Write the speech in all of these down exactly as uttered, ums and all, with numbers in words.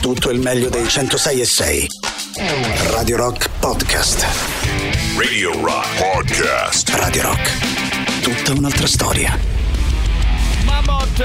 tutto il meglio dei centosei e sei. Radio Rock Podcast. Radio Rock Podcast. Radio Rock. Tutta un'altra storia. Mammoth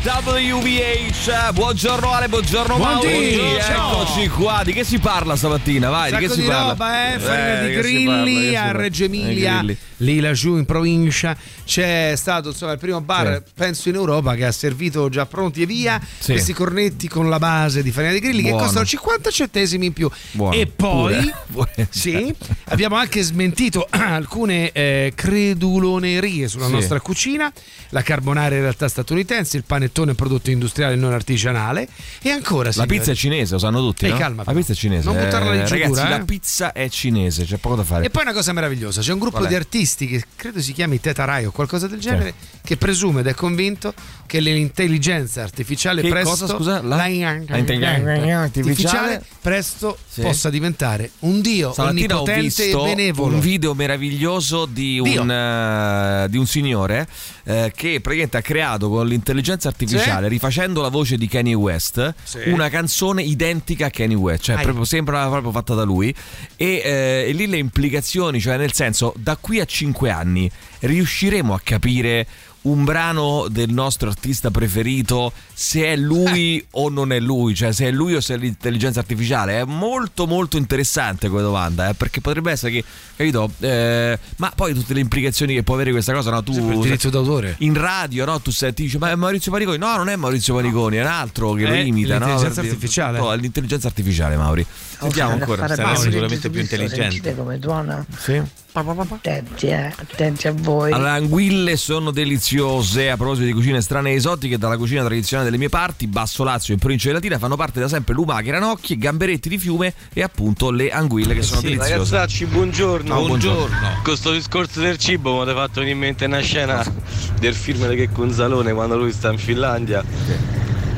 W V H. Buongiorno Ale, buongiorno Mauri. Eccoci qua. Di che si parla stamattina? Vai, Sacco di che si di parla? roba, eh, farina Eh, di che si grilli parla, che a si Reggio parla? Emilia, Eh, grilli. lì laggiù in provincia c'è stato insomma il primo bar, Sì. penso in Europa, che ha servito già pronti e via Sì. questi cornetti con la base di farina di grilli Buono. che costano cinquanta centesimi in più. Buono. E poi Pure. Pure. sì, abbiamo anche smentito alcune eh, credulonerie sulla Sì. nostra cucina. La carbonara in realtà statunitense, il panettone è prodotto industriale non artigianale. E ancora La signori, pizza è cinese, lo sanno tutti, Ehi, no? calma, La però. pizza è cinese. Non buttarla in giù Ragazzi, dura, eh. la pizza è cinese, c'è poco da fare. E poi una cosa meravigliosa, c'è un gruppo Qual è? di artisti che credo si chiami Teta Rai o qualcosa del genere, che presume ed è convinto che l'intelligenza artificiale Che presto cosa, scusa? La- l'intelligenza artificiale presto Sì. possa diventare un dio Stamattina ho onnipotente e visto benevolo. un video meraviglioso di Dio. un, eh, di un signore eh, che praticamente ha creato con l'intelligenza artificiale, Sì. rifacendo la voce di Kanye West, Sì. una canzone identica a Kanye West, cioè Ai. proprio sembra proprio fatta da lui. E, eh, e lì le implicazioni, cioè nel senso, da qui a cinque anni riusciremo a capire un brano del nostro artista preferito, se è lui o non è lui, cioè se è lui o se è l'intelligenza artificiale. È molto molto interessante come domanda, eh, perché potrebbe essere che, capito, eh, ma poi tutte le implicazioni che può avere questa cosa, no? Tu Sempre il diritto d'autore. in radio, no? Tu senti, dici, ma è Maurizio Paniconi? No, non è Maurizio Paniconi, è un altro che lo È imita, no? l'intelligenza Per dire- artificiale. No, è l'intelligenza artificiale, Mauri. Sentiamo ancora. Sarà Mauri. sicuramente più intelligente. Come tuona? Sì. Attenti, eh, attenti a voi. Allora, anguille sono deliziose. A proposito di cucine strane e esotiche, dalla cucina tradizionale delle mie parti, Basso Lazio in provincia di Latina, fanno parte da sempre lumache, ranocchi, gamberetti di fiume e appunto le anguille che sono deliziose. Ragazzacci, buongiorno. No, buongiorno. Con questo discorso del cibo mi avete fatto venire in mente una scena del film di Che Gonzalone quando lui sta in Finlandia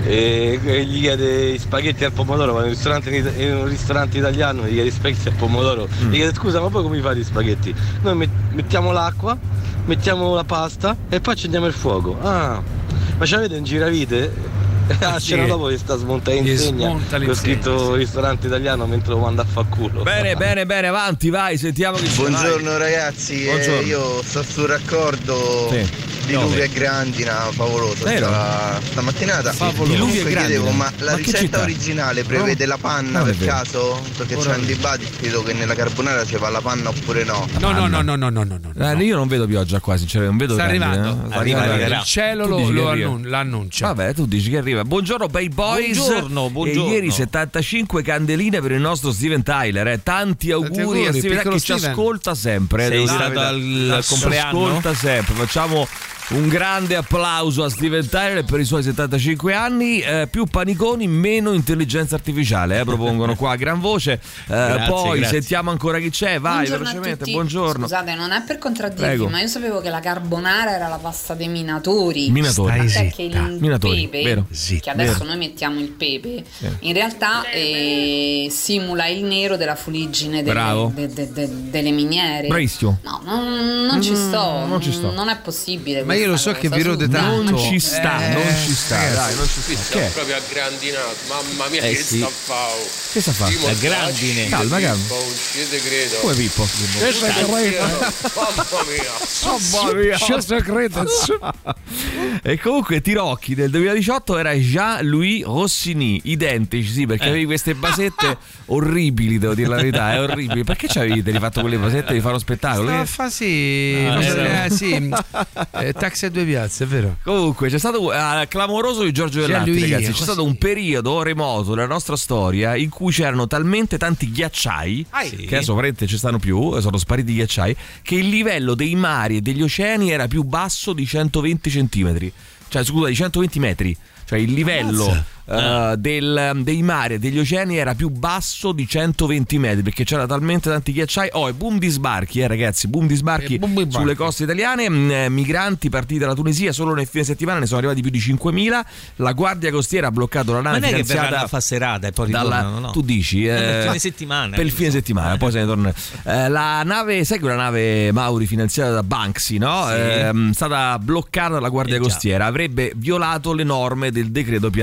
e e gli chiede i spaghetti al pomodoro, va in un ristorante, in un ristorante italiano, gli chiede i spaghetti al pomodoro, Mm. gli chiede scusa ma poi come fate i spaghetti? Noi met- mettiamo l'acqua, mettiamo la pasta e poi accendiamo il fuoco. Ah, ma ce l'avete un giravite? Ah, sì. c'era dopo che sta smonta Gli insegna smonta con l'insegna, scritto sì. ristorante italiano mentre lo manda a fa culo. Bene, bene, bene, avanti, vai, sentiamo che c'è. Buongiorno ragazzi, eh, Buongiorno. io sto sul raccordo Sì. di Dove? Lupi e Grandina, favoloso Vero? sta, stamattinata. Favoloso. Di Lupi e Comunque chiedevo, Grandina? ma la Ma che ricetta città? originale prevede la panna Non è per vero. caso? Perché Ora- c'è un dibattito che nella carbonara ci va la panna oppure no. No, no, no, no, no, no, no, no. Eh, io non vedo pioggia qua, sinceramente, non vedo Sta grandi, arrivando, eh. Arriva, Arriva, arriverà. Il cielo Tu lo, dici che lo arriva? annun- l'annuncia. Vabbè, tu dici che arriva. Buongiorno Bay Boys. Buongiorno, buongiorno. E ieri settantacinque candeline per il nostro Steven Tyler. Eh. Tanti auguri, auguri, a Steven piccolo che ci Steven. ascolta sempre. eh, Sei devo dire la stato verità. al Ci compleanno? ascolta sempre. Facciamo un grande applauso a Steven Tyler per i suoi settantacinque anni. Eh, più paniconi, meno intelligenza artificiale. Eh, propongono qua a gran voce. Eh, Grazie, poi grazie. sentiamo ancora chi c'è. Vai Buongiorno a velocemente. tutti. Buongiorno. Scusate, non è per contraddirvi, Prego. ma io sapevo che la carbonara era la pasta dei minatori. Minatori. Stai Tant'è che zitta. il Minatori, pepe, vero. Zitta. che adesso Vero. noi mettiamo il pepe, in realtà eh, simula il nero della fuliggine delle, Bravo. de- de- de- delle miniere. Bravissimo. No, non, non ci sto, Mm, non ci sto. non è possibile. Ma io lo questa so che cosa, vi rode su, dai. tanto. Non ci sta, Eh, non ci sta. ragazzi. Dai, non ci sta. Che è? proprio aggrandinato, mamma mia, Eh che sì. sta a fare? Che sta a fare? La grandine. Calma, calma. Un segreto. Come Pippo? Mamma mia. Mamma mia. C'è segreto. E comunque Tirocchi del duemiladiciotto era Jean-Louis Rossini, identici, sì, perché avevi queste basette orribili, devo dire la verità, è orribile. Perché c'avevi te fatto quelle basette di fare lo spettacolo? Stava a Che- fa sì, Ah, cosa- era- eh, sì. Eh, taxi a due piazze, è vero. Comunque c'è stato uh, clamoroso di Giorgio Dell'Arte, Jean-Louis, ragazzi. C'è così. stato un periodo remoto della nostra storia in cui c'erano talmente tanti ghiacciai, Sì. che adesso praticamente ci stanno più, sono spariti i ghiacciai, che il livello dei mari e degli oceani era più basso di centoventi centimetri. Cioè, scusa, di centoventi metri. Cioè il livello uh, del, dei mari e degli oceani era più basso di centoventi metri, perché c'era talmente tanti ghiacciai. Oh, e boom di sbarchi, eh ragazzi, boom di sbarchi E boom di sbarchi. sulle coste italiane. mh, Migranti partiti dalla Tunisia, solo nel fine settimana ne sono arrivati più di cinquemila. La Guardia Costiera ha bloccato la nave Non è che verranno finanziata a fa serata e poi dalla, ritornano, no? tu dici per eh, il fine settimana. per il fine settimana, poi se ne torna. Eh, la nave, sai quella nave Mauri finanziata da Banksy, no? Sì. Ehm, stata bloccata dalla Guardia Eh già. Costiera, avrebbe violato le norme del decreto Piantedosi.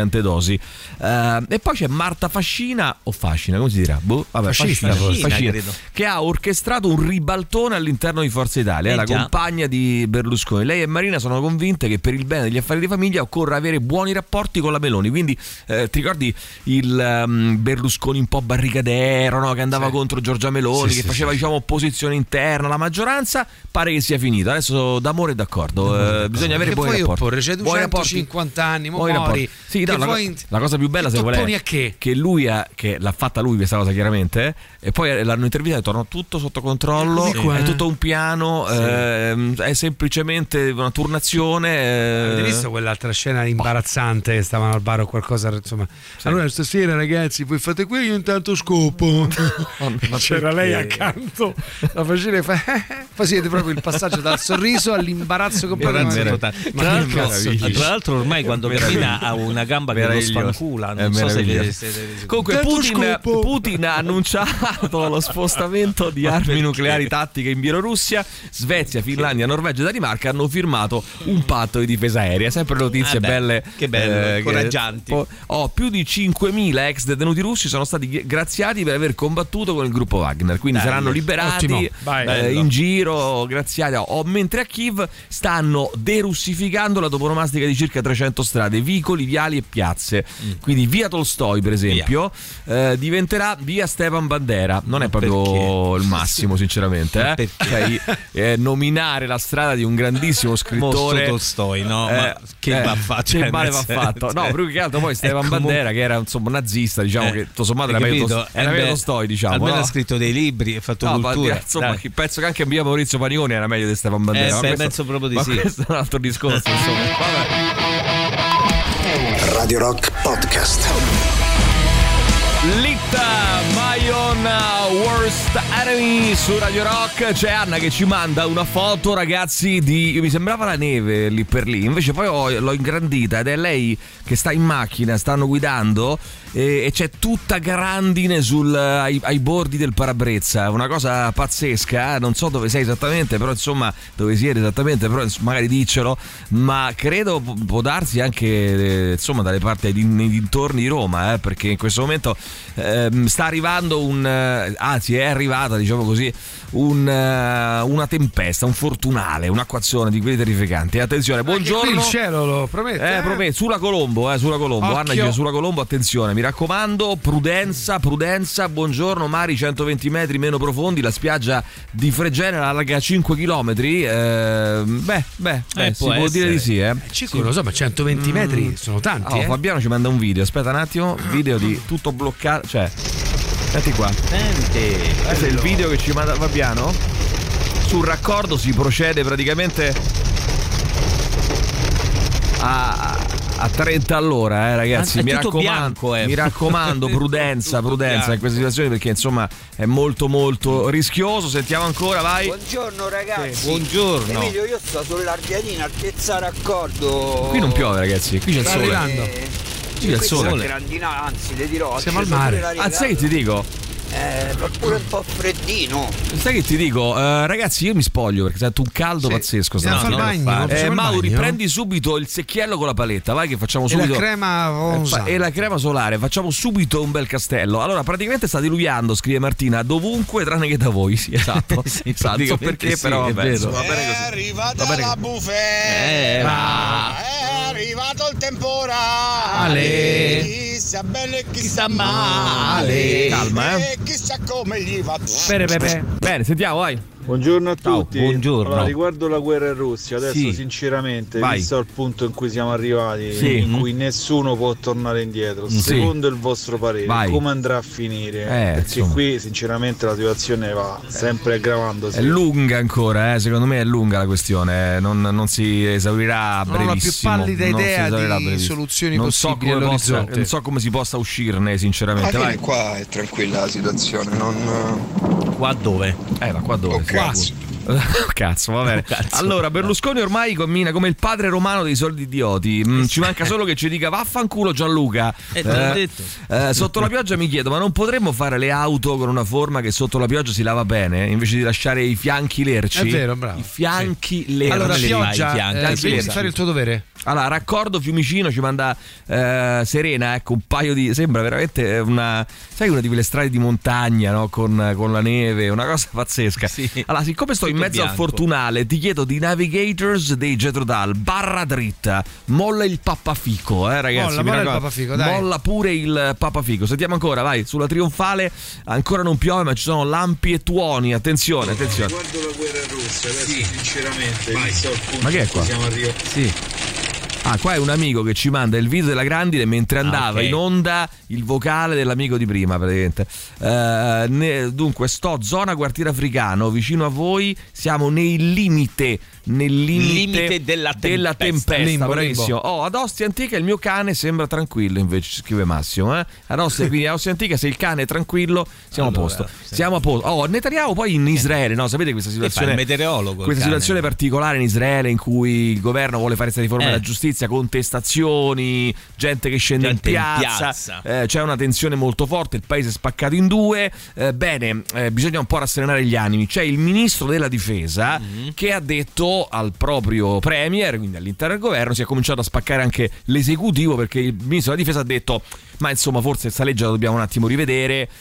così. Uh, e poi c'è Marta Fascina o Fascina, come si dirà? Boh, vabbè, Fascina, Fascina, Fascina, Fascina, credo. che ha orchestrato un ribaltone all'interno di Forza Italia, Eh è la già. compagna di Berlusconi. Lei e Marina sono convinte che per il bene degli affari di famiglia occorre avere buoni rapporti con la Meloni. Quindi eh, ti ricordi il um, Berlusconi un po' barricadero, no? Che andava Sì. contro Giorgia Meloni, Sì, che sì, faceva sì. diciamo opposizione interna alla maggioranza? Pare che sia finito. Adesso d'amore e d'accordo, eh, bisogna avere che buoni vuoi rapporti. opporre? C'è Buoni rapporti. duecentocinquanta anni, mo Buoni mori. rapporti. Sì, no, Che la, vuoi- la cosa più bella che se vuole topponi è a che? che lui ha, che l'ha fatta lui questa cosa chiaramente, eh, e poi l'hanno intervistato e torna tutto sotto controllo, Eccomi qua. è tutto un piano, ehm, è semplicemente una turnazione. eh, Avete visto quell'altra scena imbarazzante che stavano al bar o qualcosa, insomma. Allora stasera ragazzi voi fate qui, io intanto scopo. ma C'era lei perché? accanto, la faceva fa, fa siete proprio il passaggio dal sorriso all'imbarazzo completamente. Imbarazzo totale. Ma Tra che l'altro, cazzo tra l'altro ormai quando cammina ha una gamba che lo Meraviglioso. sfancula, È non so se meraviglioso. vi siete resi conto. Comunque Tanto Putin, scopo. Putin ha annunciato lo spostamento di Ma armi perché? nucleari tattiche in Bielorussia. Svezia, Finlandia, Norvegia e Danimarca hanno firmato un patto di difesa aerea. Sempre notizie Ah beh, belle, che bello, incoraggianti. Oh, oh, più di cinquemila ex detenuti russi sono stati graziati per aver combattuto con il gruppo Wagner, quindi Dai, saranno liberati, ottimo, vai. eh, Bello. in giro, graziati. Oh, mentre a Kiev stanno derussificando la toponomastica di circa trecento strade, vicoli, viali e piazze. Mm. Quindi via Tolstoi, per esempio, eh, diventerà via Stepan Bandera. Non è proprio perché? il massimo, sinceramente. Ma Eh? perché? Cioè, eh, nominare la strada di un grandissimo Mosso scrittore. Tolstoi, no? Eh, Ma che eh, va a fare? che Cioè, male nel va fatto. senso, No, eh. più che altro poi Stepan comunque- Bandera, che era insomma nazista, diciamo Eh, che tutto sommato era hai meglio capito? Tos- era Eh meglio beh, Tolstoi, diciamo. almeno no? ha scritto dei libri e fatto No, ma, cultura. insomma, Dai. che penso che anche via Maurizio Paniconi era meglio di Stepan Bandera. Eh, ma beh, questo- penso proprio di ma sì. questo è un altro discorso, insomma. Vabbè. Radio Rock Podcast. Litta, My Own Worst Enemy su Radio Rock. C'è Anna che ci manda una foto, ragazzi, di... mi sembrava la neve lì per lì, invece poi ho- l'ho ingrandita ed è lei che sta in macchina, stanno guidando e, e c'è tutta grandine sul, ai, ai bordi del parabrezza, una cosa pazzesca, eh? Non so dove sei esattamente, però insomma dove siete esattamente, però ins- magari diccelo, ma credo pu- può darsi anche eh, insomma dalle parti din- nei dintorni di Roma, eh? Perché in questo momento ehm, sta arrivando un eh, anzi è arrivata, diciamo così, un, eh, una tempesta, un fortunale, un'acquazzone di quelli terrificanti. Attenzione, Qui il buongiorno. cielo lo promette. Eh, prometto, sulla Colombo, eh, sulla Colombo. Occhio. Anna dice sulla Colombo, attenzione, mi raccomando, prudenza, prudenza. Buongiorno, mari centoventi metri meno profondi, la spiaggia di Fregene larga cinque chilometri. Eh, beh, beh, beh, Eh, si può può dire essere. di sì, eh. Cinque, lo so, ma centoventi metri sono tanti, Oh, eh. Fabiano ci manda un video, aspetta un attimo, video di tutto bloccato, cioè, senti qua. Senti, Questo è il video che ci manda Fabiano. Sul raccordo si procede praticamente a, a trenta all'ora, eh, ragazzi. Ah, è mi, tutto raccomando, bianco, eh. mi raccomando, prudenza, Tutto prudenza bianco. in queste situazioni, perché insomma è molto molto rischioso. Sentiamo ancora, vai. Buongiorno ragazzi. buongiorno. Emilio, io sto sull'Ardianina, altezza raccordo. Qui non piove, ragazzi, qui c'è il Sta sole. arrivando. Qui c'è il Questa sole. è grandina, anzi, le dirò. Siamo acceso al mare. pure la Ah, riga. sai che ti dico? Eh, fa pure un po' freddino. Sai che ti dico? Eh, ragazzi, io mi spoglio perché sento un caldo Sì. pazzesco Andiamo a stamattina. fare il bagno, Eh, facciamo il Mauri, bagno? prendi subito il secchiello con la paletta, vai che facciamo E subito. la crema Eh, rosa. fa- E la crema solare, facciamo subito un bel castello. Allora, praticamente sta diluviando, scrive Martina, dovunque tranne che da voi. Sì, esatto. Sì, esatto. So praticamente perché, sì, però è vabbè, vero. insomma, va bene È così. arrivata Va bene la così. bufera. Eh, va. È arrivato il temporale. Ale. Chi sta bene e chi sta male. Calma, eh. E chissà come gli va. Bene, bene. Bene, sentiamo, vai. Buongiorno a Ciao, tutti. buongiorno. Allora, riguardo la guerra in Russia, adesso Sì. sinceramente, Vai. visto il punto in cui siamo arrivati, Sì. in cui nessuno può tornare indietro, Sì. secondo il vostro parere, Vai. come andrà a finire? Eh, Perché insomma. qui sinceramente la situazione va sempre aggravandosi. È lunga ancora, eh? Secondo me è lunga la questione, eh. non, non si esaurirà a Non ho la più brevissimo. pallida Non si idea esaurirà a di brevissimo. soluzioni non so possibili come possa, all'orizzonte. non so come si possa uscirne, sinceramente. Alla Vai. fine qua è tranquilla la situazione, non... Qua dove? Eh, ma qua dove? Oh, cazzo. Cazzo, va bene. Cazzo. Allora, Berlusconi ormai commina come il padre romano dei soldi idioti. Mm, ci manca solo che ci dica vaffanculo Gianluca. Eh, te l'ho detto. eh, sotto la pioggia mi chiedo, ma non potremmo fare le auto con una forma che sotto la pioggia si lava bene, invece di lasciare i fianchi lerci? È vero, bravo. I fianchi sì. lerci. Allora, pioggia, fianchi, eh, sì, devi sì. fare il tuo dovere. Allora, raccordo Fiumicino ci manda eh, Serena, ecco, un paio di. Sembra veramente una. Sai, una di quelle strade di montagna, no? Con, con la neve, una cosa pazzesca. Sì. Allora, siccome sto in Tutto mezzo bianco. al Fortunale, ti chiedo di Navigators dei Jethro Tull, barra dritta, molla il pappafico, eh, ragazzi. Molla, mi molla il raccomando. pappafico, dai. Molla pure il pappafico. Sentiamo ancora, vai, sulla Trionfale ancora non piove, ma ci sono lampi e tuoni. Attenzione, attenzione. Riguardo la guerra russa, adesso Sì. sinceramente, Vai. visto il punto Ma che è in cui qua? siamo arrivati. Sì. Ah, qua è un amico che ci manda il video della Grandine mentre andava Ah, ok. in onda il vocale dell'amico di prima, praticamente. Eh, ne- dunque, sto zona quartiere africano, vicino a voi, siamo nel limite, nel limite, Limite della della tempesta. tempesta. Limbo, bravissimo. limbo. Oh, ad Ostia Antica il mio cane sembra tranquillo, invece scrive Massimo. Eh? Ad Ostia, quindi ad Ostia Antica, se il cane è tranquillo, siamo Allora, a posto. sì. Siamo a posto. Oh, Netanyahu poi in Israele, no? Sapete questa Che fa situazione? il meteorologo. il Questa cane. situazione particolare in Israele in cui il governo vuole fare questa riforma Eh. della giustizia, contestazioni, gente che scende Gente in in piazza, piazza. eh, c'è una tensione molto forte, il paese è spaccato in due. Eh, bene, eh, bisogna un po' rasserenare gli animi. C'è il ministro della difesa Mm-hmm. che ha detto al proprio premier, quindi all'interno del governo, si è cominciato a spaccare anche l'esecutivo, perché il ministro della difesa ha detto: ma insomma, forse questa legge la dobbiamo un attimo rivedere.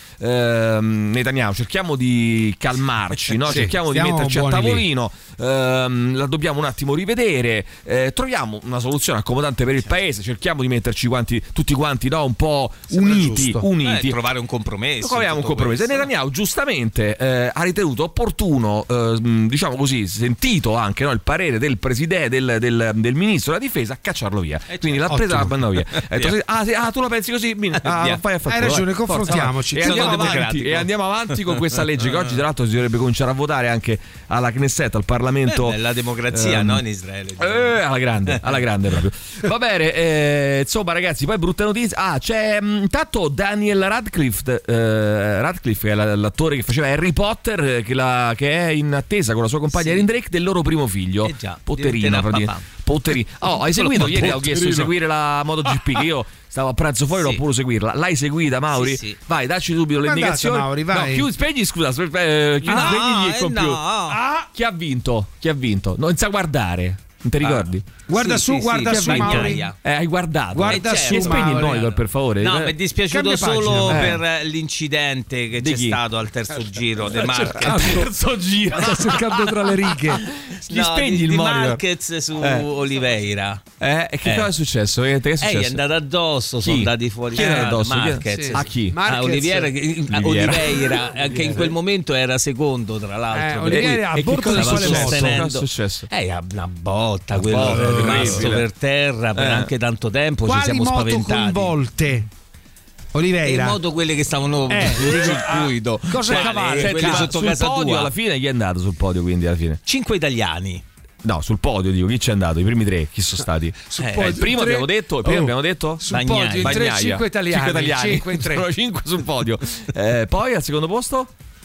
Ehm, Netanyahu, cerchiamo di calmarci, no? Sì, cerchiamo di stiamo metterci a buoni lì. tavolino. Ehm, la dobbiamo un attimo rivedere, eh, troviamo una soluzione accomodante per il paese, cerchiamo di metterci quanti, tutti quanti, no? Un po' Sembra uniti, giusto. uniti. Eh, trovare un compromesso. Troviamo un tutto compromesso. E questo. Netanyahu giustamente eh, ha ritenuto opportuno, eh, mh, diciamo così, sentito anche, no, il parere del presidente, del, del, del ministro della difesa, a cacciarlo via. Eh, Quindi l'ha ottimo. presa e l'ha mandato via. Ha detto, Via. ah, sì, ah, tu la pensi così? Bene, ah, Via. fai a fare Hai culo, ragione, vai, forza, confrontiamoci. vai. E Sono andiamo, avanti, democratico. e andiamo avanti con questa legge che oggi tra l'altro si dovrebbe cominciare a votare anche alla Knesset, al Parlamento. Eh, la democrazia, ehm, no? In Israele. Eh, alla grande, alla grande proprio. Va bene, eh, insomma, ragazzi, poi brutta notizia. Ah, c'è mh, intanto Daniel Radcliffe, eh, Radcliffe, che è la- l'attore che faceva Harry Potter, eh, che, la- che è in attesa con la sua compagna Sì. Erin Drake del loro primo figlio. Eh già, Potterina, diventerà praticamente. papà. Potterina. Oh, hai seguito? Ieri ho chiesto di seguire la MotoGP, che io stavo a pranzo fuori, Sì. l'ho pure seguirla. L'hai seguita, Mauri? Sì, sì. Vai, dacci subito le Mandate, indicazioni. Mauri, vai. No, chiudi, spegni, scusa, spe- eh, chiudi, Ah, spegni il eh, computer. no. Ah, chi ha vinto? Chi ha vinto? Non sa guardare. Non ti ricordi? Guarda Sì, su, sì, guarda sì, su, Bagnaia. Mauri. Eh, hai guardato. Guarda Eh, su, Che spegni il Mauri. monitor, per favore. No, Eh, mi è dispiaciuto Cambia solo pagina. per l'incidente che Di c'è chi? stato al terzo giro De al Marquez. terzo giro. Sta cercando tra le righe. Gli No, spegni di, il di monitor. Marquez su Eh. Oliveira. Eh, e che Eh. cosa è successo? Che che è Eh, successo? gli è andato addosso, sono Chi? andati fuori. Chi era Eh, addosso? Chi- Marquez. Sì. A chi? Marquez. Ah, Oliveira, che- ah, Oliveira. Oliveira, anche in quel momento era secondo, tra l'altro. Eh, Oliveira E a bordo che cosa di è quale successo? moto? sostenendo- Cosa è successo? Eh, una botta, quello botta, è rimasto orribile. per terra per Eh. anche tanto tempo. ci Quali siamo moto spaventati. coinvolte? E in Oliveira. modo quelle che stavano Eh, sul circuito. cosa Quali? cavalli? Quelle Senti, ma sotto sul casa podio tua. alla fine chi è andato sul podio, quindi alla fine? Cinque italiani. No, sul podio dico, chi c'è andato? I primi tre, chi sono stati? Sul Eh, podio, il primo tre- abbiamo detto, il primo Oh, abbiamo detto? sul Bagnaia. podio in tre, Bagnaia. cinque italiani, Cinque italiani. cinque in tre. Sono cinque sul podio. Eh, poi al secondo posto?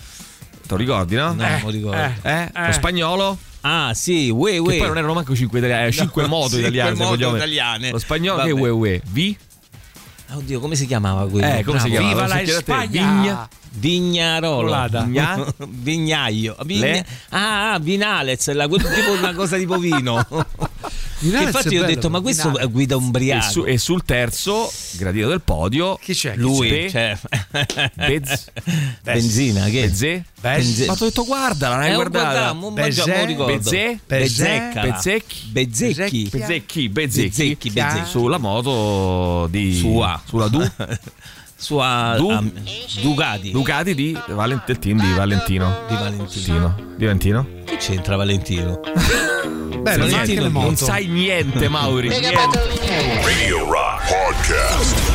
Te lo ricordi, no? No, non lo ricordo. eh. Eh? Lo Eh. spagnolo? Ah, sì, ue Che ue. poi non erano manco cinque italiani, eh, cinque moto cinque italiane, se moto vogliamo. italiane. Lo spagnolo Vabbè. che è ue ue? Vi? Oddio, come si chiamava quello? Eh, come si Bravo. chiamava? Viva la Lo so chiedere a te. Spagna! Vigna? Vignarolo. Colata. Vigna? Vignaio. Vigna- Le? Ah, ah, Vinalez, la- quel- tipo una cosa tipo vino. Vinalez Infatti è io ho bello, detto, ma questo Vinalez. guida E, ubriaco. su- e sul terzo gradino del podio Chi c'è? Chi Lui, Spe- cioè. Bez- Benzina, che? Bezze? Benze- Ma ti ho detto guardala, non hai Eh, ho guardata? guardato, ma già me lo ricordo. Bezzè? Bezzecca. Bezzecchi? Bezzecchi. Bezzecchi, Bezzecchi, Bezzecchi, Bezzecchi. sulla moto di Sua. sulla Du Sua Du? um, Ducati. Ducati di Valent- del team di Valentino. Di Valentino. Di Valentino? Che c'entra Valentino? Bello, Sì, ma anche sì, le non Non moto. sai niente, Mauri. niente. Radio Rock Podcast.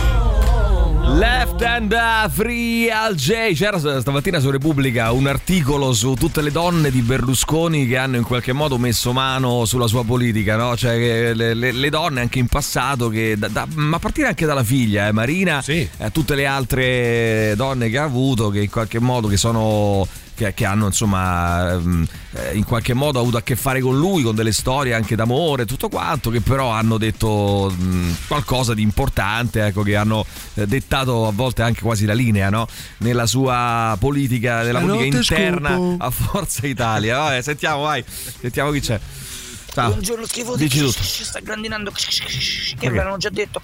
Left and uh, Free al J. C'era stamattina su Repubblica un articolo su tutte le donne di Berlusconi che hanno in qualche modo messo mano sulla sua politica, no? Cioè che le, le- le donne anche in passato che da- da- ma a partire anche dalla figlia, eh, Marina, Sì. eh, tutte le altre donne che ha avuto che in qualche modo che sono che, che hanno insomma in qualche modo avuto a che fare con lui, con delle storie anche d'amore, tutto quanto, che però hanno detto mh, qualcosa di importante, ecco, che hanno eh, dettato a volte anche quasi la linea, no? Nella sua politica, nella politica interna scopo. A Forza Italia. Vabbè, sentiamo, vai, sentiamo chi c'è. Ciao. Buongiorno schifoso. Dici tutto. Sta grandinando. Che ve l'hanno già detto.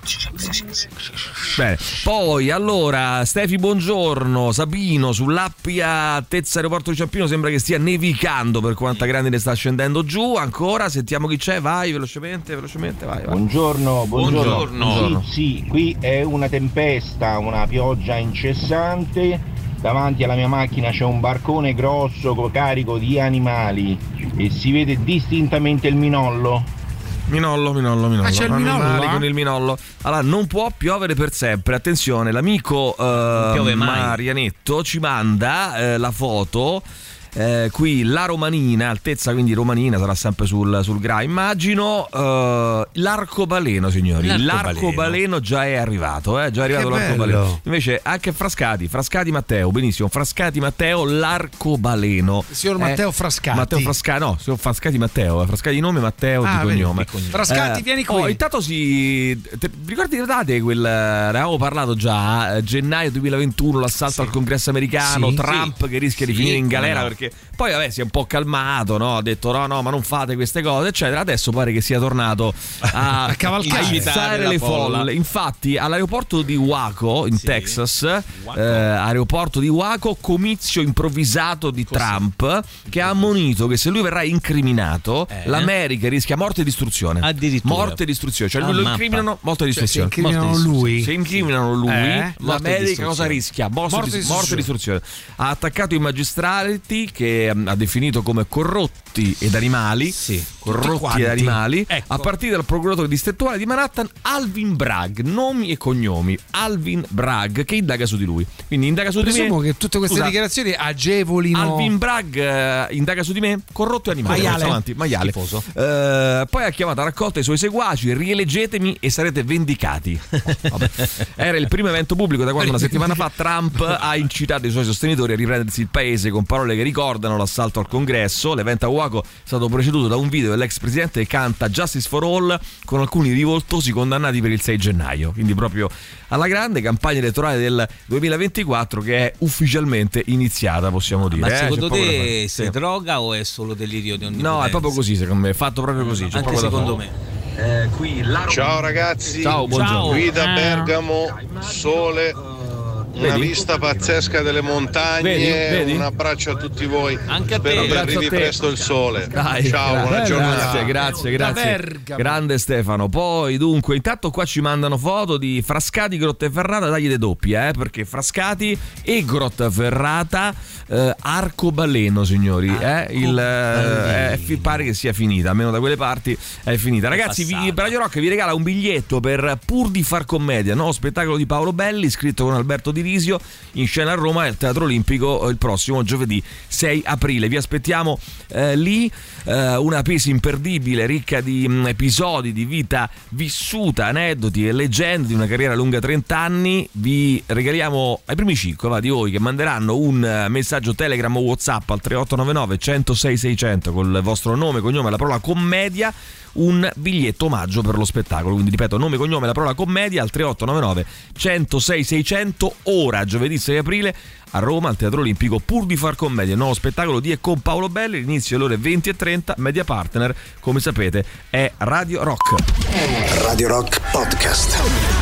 Bene. Poi allora Stefi, buongiorno. Sabino, sull'Appia Tezza Aeroporto di Ciampino sembra che stia nevicando per quanta grandine sta scendendo giù. Ancora sentiamo chi c'è. Vai velocemente, velocemente, vai, vai. Buongiorno, buongiorno. Buongiorno. Sì, sì, qui è una tempesta, una pioggia incessante. Davanti alla mia macchina c'è un barcone grosso carico di animali e si vede distintamente il minollo. Minollo, minollo, minollo. Ah, c'è il minollo, Animali eh? con il minollo. Allora, non può piovere per sempre. Attenzione, l'amico eh, Marianetto ci manda eh, la foto. Eh, qui la Romanina, altezza quindi romanina, sarà sempre sul, sul Gra, immagino. Uh, l'arcobaleno, signori. L'arcobaleno. L'arcobaleno già è arrivato, eh? Già è arrivato Che l'arcobaleno. bello. Invece anche Frascati, Frascati Matteo, benissimo. Frascati Matteo, l'arcobaleno. Signor Matteo Frascati. Matteo Frascati, no, signor Frascati Matteo, Frascati di nome, Matteo Ah, di vedi, cognome. di cognome. Frascati, vieni qui. Oh, intanto si. Te, ricordi, ricordate quel. Ne avevamo parlato già, eh, gennaio duemilaventuno, l'assalto al Congresso americano, Sì, Trump sì. che rischia di Sì, finire in come galera no. perché poi vabbè si è un po' calmato, no? Ha detto no no ma non fate queste cose eccetera. Adesso pare che sia tornato a, A cavalcare. a Incitare izzare la le folla. folle. Infatti all'aeroporto di Waco in Sì. Texas, Waco. eh, aeroporto di Waco, comizio improvvisato di Trump che ha ammonito che se lui verrà incriminato Eh. l'America rischia morte e distruzione. Addirittura. Morte e distruzione, cioè Ah, lui lo mappa. incriminano, morte e Cioè, se distruzione. incriminano Morte e lui. Se incriminano lui, Eh? Morte e l'America distruzione. cosa rischia? Morte, Morte e di- morte e distruzione. Ha attaccato i magistrati che mm, ha definito come corrotti ed animali. Sì. Corrotti quanti. ed animali. Ecco. A partire dal procuratore distrettuale di Manhattan, Alvin Bragg. Nomi e cognomi. Alvin Bragg, che indaga su di lui. Quindi indaga su di Presumo me. che tutte queste Scusa, dichiarazioni agevolino. Alvin Bragg eh, indaga su di me, corrotto e animale. Maiale. Andiamo avanti, maiale. Schifoso. Eh, poi ha chiamato a raccolta i suoi seguaci, rieleggetemi e sarete vendicati. Vabbè. Era il primo evento pubblico da quando una settimana fa Trump ha incitato i suoi sostenitori a riprendersi il paese con parole che ricordano l'assalto al Congresso. L'evento a Waco è stato preceduto da un video dell'ex presidente che canta Justice for All con alcuni rivoltosi condannati per il sei gennaio. Quindi proprio alla grande campagna elettorale del duemilaventiquattro che è ufficialmente iniziata, possiamo dire. Ma eh, secondo c'è poco da te fare. si Sì. droga o è solo delirio di onnipotenza? No, è proprio così secondo me, è fatto proprio così. C'è Anche proprio da secondo fare. me. Eh, qui la... Ciao ragazzi, Ciao, buongiorno. qui da Bergamo, sole, una Vedi? vista pazzesca delle montagne, Vedi? Vedi? un abbraccio a tutti voi, Anche a te. spero che Abbraccio arrivi a te. presto il sole. Dai, Ciao, buona grazie, giornata. Grazie, grazie, Da grazie. Bergamo. Grande Stefano. Poi, dunque, intanto qua ci mandano foto di Frascati, Grottaferrata, dagli de doppia, eh, perché Frascati e Grottaferrata, eh, arcobaleno, signori. Eh, il, eh, è fi- pare che sia finita, almeno da quelle parti è finita. Ragazzi, vi, Radio Rock vi regala un biglietto per Pur di far commedia, nuovo spettacolo di Paolo Belli, scritto con Alberto Di Risio, in scena a Roma al Teatro Olimpico il prossimo giovedì sei aprile. Vi aspettiamo eh, lì, eh, una pesi imperdibile, ricca di mh, episodi di vita vissuta, aneddoti e leggende di una carriera lunga trenta anni. Vi regaliamo ai primi cinque va, di voi che manderanno un eh, messaggio Telegram o WhatsApp al tre otto nove nove uno zero sei sei zero zero col vostro nome, cognome e la parola commedia, un biglietto omaggio per lo spettacolo. Quindi ripeto, nome, cognome, la parola commedia al tre otto nove nove uno zero sei sei zero zero. Ora giovedì sei aprile a Roma al Teatro Olimpico Pur di far commedia, nuovo spettacolo di e con Paolo Belli. L'inizio alle ore venti e trenta. Media partner, come sapete, è Radio Rock. Radio Rock Podcast.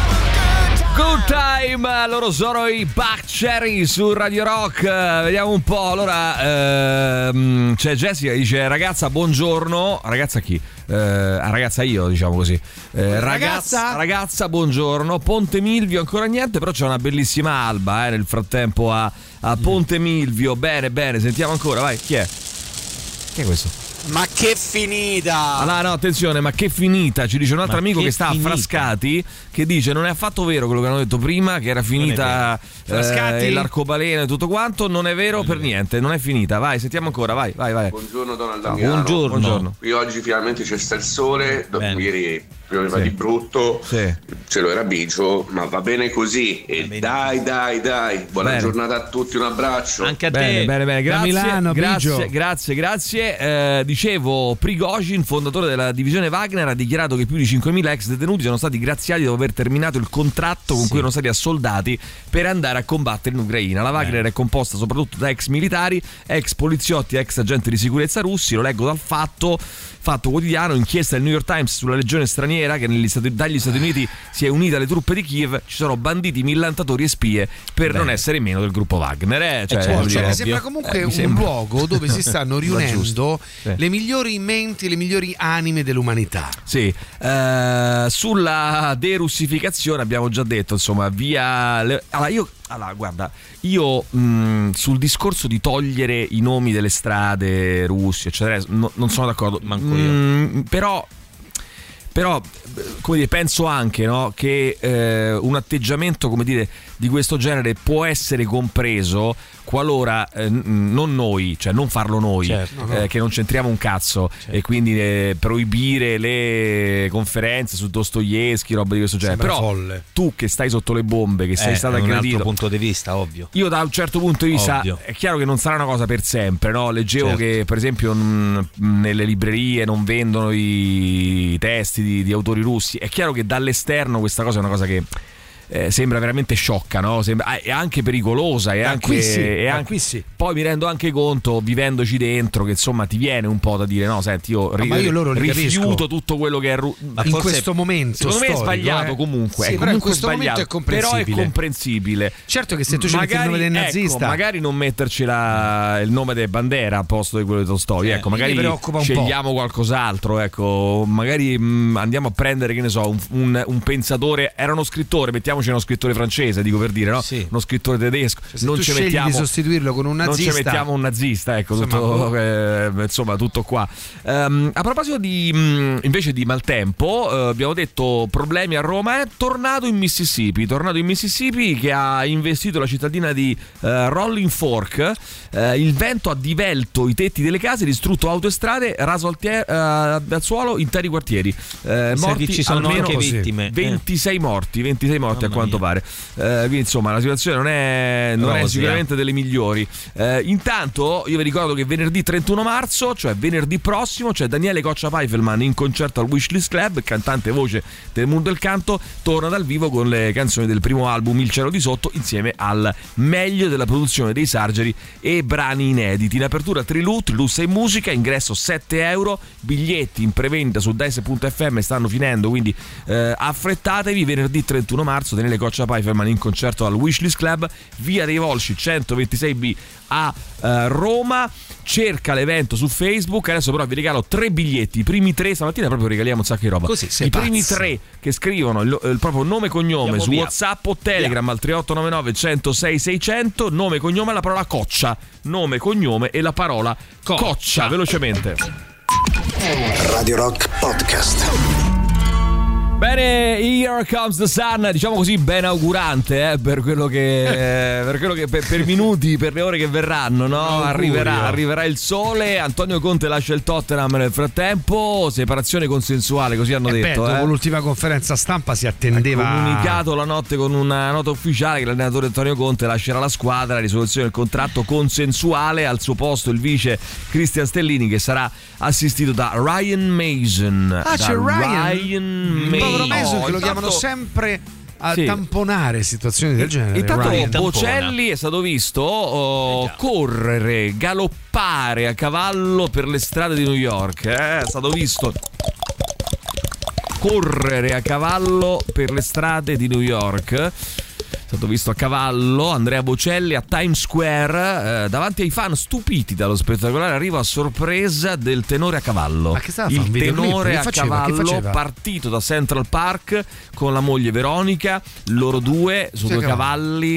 Good time, loro sono i Buck Cherry su Radio Rock. Eh, Vediamo un po'. Allora, ehm, c'è Jessica che dice: ragazza, buongiorno. Ragazza chi? Eh, ah, ragazza io, diciamo così. Eh, ragazza, Ragazza? ragazza, buongiorno. Ponte Milvio ancora niente, però c'è una bellissima alba eh, nel frattempo a, a Ponte Milvio. Bene, bene, sentiamo ancora, vai. Chi è? Chi è questo? Ma che finita! Allora, no, attenzione, ma che finita? Ci dice un altro Ma amico che, che sta finita? a Frascati, che dice non è affatto vero quello che hanno detto prima, che era finita Frascati? eh, l'arcobaleno e tutto quanto. Non è vero per niente, non è finita. Vai, sentiamo ancora, vai, vai, vai. Buongiorno Donald No, Damiano. buongiorno. Buongiorno. Qui oggi finalmente c'è sta il sole, do- Bene. ieri pioveva Sì. di brutto, Sì. cielo era bigio, ma va bene così. E dai, dai, dai, buona Bene. giornata a tutti, un abbraccio. Anche a Bene, te. bene, bene, grazie, Milano, grazie, Bigio. grazie, grazie. Eh, dicevo, Prigozhin, fondatore della divisione Wagner, ha dichiarato che più di cinquemila ex detenuti sono stati graziati dopo aver terminato il contratto con Sì. cui erano stati assoldati per andare a combattere in Ucraina. La Wagner è composta soprattutto da ex militari, ex poliziotti, ex agenti di sicurezza russi. Lo leggo dal Fatto, Fatto Quotidiano, inchiesta del New York Times sulla legione straniera che negli Stati, dagli Stati Uniti si è unita alle truppe di Kiev. Ci sono banditi, millantatori e spie per non essere meno del gruppo Wagner. Eh? Cioè, Cioè, voglio cioè, dire, mi sembra ovvio. comunque Eh, un mi sembra- luogo dove si stanno Va riunendo giusto. Sì. le migliori menti, le migliori anime dell'umanità. Sì, eh, sulla derussificazione abbiamo già detto, insomma, via. Le... Allora, io, allora, guarda, io mh, sul discorso di togliere i nomi delle strade russi, eccetera, no- non sono d'accordo. Manco io. Mh, però. Però, come dire, penso anche, no, che eh, un atteggiamento, come dire, di questo genere può essere compreso qualora eh, n- non noi, cioè non farlo noi, Certo. eh, che non c'entriamo un cazzo, Certo. e quindi eh, proibire le conferenze su Dostoevsky, roba di questo genere. Sembra Però folle. tu che stai sotto le bombe, che sei Eh, stato è un altro aggredito, punto di vista, ovvio. io da un certo punto di vista Ovvio. è chiaro che non sarà una cosa per sempre, no? Leggevo Certo. che per esempio mh, nelle librerie non vendono i testi di, di autori russi. È chiaro che dall'esterno questa cosa è una cosa che eh, sembra veramente sciocca, no? Sembra, ah, è anche pericolosa, è Ah, anche, qui sì, è ah, anche- qui sì. Poi mi rendo anche conto, vivendoci dentro, che insomma ti viene un po' da dire no, senti, io, ri- ma io loro li rifiuto capisco. tutto quello che è ru- Ma in forse- questo momento secondo me è storico, sbagliato eh. comunque, Sì, è però in comunque questo momento sbagliato, è comprensibile. però è comprensibile. Certo che se tu ci metti il nome del nazista, ecco, magari non metterci la- il nome di Bandera al posto di quello di Tolstoi, Eh, ecco, mi magari preoccupa un po'. scegliamo qualcos'altro, ecco, magari mh, andiamo a prendere, che ne so, un, un- un pensatore, era uno scrittore, mettiamoci uno scrittore francese, dico per dire, no? Sì. Uno scrittore tedesco, Cioè, se non tu ci scegli mettiamo di sostituirlo con un nazista, non ci mettiamo un nazista, ecco, Insomma, tutto, boh. eh, insomma, tutto qua. Ehm, a proposito di mh, invece di maltempo, eh, abbiamo detto problemi a Roma, è tornato in Mississippi, tornato in Mississippi che ha investito la cittadina di eh, Rolling Fork. Eh, il vento ha divelto i tetti delle case, distrutto autostrade, raso al, tie- eh, al suolo interi quartieri. Eh, Mi sa morti che ci sono almeno anche vittime. ventisei morti, ventisei morti Mamma a quanto mia. pare. Eh, quindi insomma la situazione non è, non è Rosea. sicuramente delle migliori. Eh, intanto io vi ricordo che venerdì trentuno marzo, cioè venerdì prossimo, c'è Daniele Coccia Pfeifferman in concerto al Wishlist Club, cantante e voce del mondo del canto, torna dal vivo con le canzoni del primo album Il cielo di sotto, insieme al meglio della produzione dei Sargeri e brani inediti. In apertura Trilù, Trilù sei musica, ingresso sette euro, biglietti in prevendita su Dice punto effe emme stanno finendo, quindi eh, affrettatevi. Venerdì trentuno marzo Daniele Coccia Pfeifferman in concerto al Wishlist Club, via dei Volsci centoventisei B a eh, Roma. Cerca l'evento su Facebook. Adesso però vi regalo tre biglietti, i primi tre, stamattina proprio regaliamo un sacco di roba. Così, sei i primi pazzo. tre che scrivono il, il proprio nome e cognome Andiamo su via. WhatsApp o Telegram al tre otto nove nove centosei seicento, nome e cognome e la parola Coccia, nome, cognome e la parola Coccia, Coccia. velocemente. Radio Rock Podcast. Bene, Here Comes the Sun, diciamo così, ben augurante eh, per quello che eh, per quello che per, per minuti, per le ore che verranno, no? Arriverà, arriverà il sole. Antonio Conte lascia il Tottenham nel frattempo, separazione consensuale, così hanno Eh beh, detto. dopo eh. l'ultima conferenza stampa si attendeva Comunicato la notte con una nota ufficiale che l'allenatore Antonio Conte lascerà la squadra, risoluzione del contratto consensuale, al suo posto il vice Cristian Stellini, che sarà assistito da Ryan Mason. Ah, da c'è Ryan, Ryan il povero Mason. Mason, Oh, che lo intanto- chiamano sempre a Sì. tamponare situazioni del genere. Intanto Ryan. Bocelli è stato visto oh, correre, galoppare a cavallo per le strade di New York. eh, È stato visto correre a cavallo per le strade di New York. stato visto a cavallo. Andrea Bocelli a Times Square, eh, davanti ai fan stupiti dallo spettacolare arrivo a sorpresa del tenore a cavallo. Ma che stava a Il fare, un videoclip? tenore Che a faceva? Che cavallo faceva? partito da Central Park con la moglie Veronica, loro due su Sì, due cavallo. cavalli,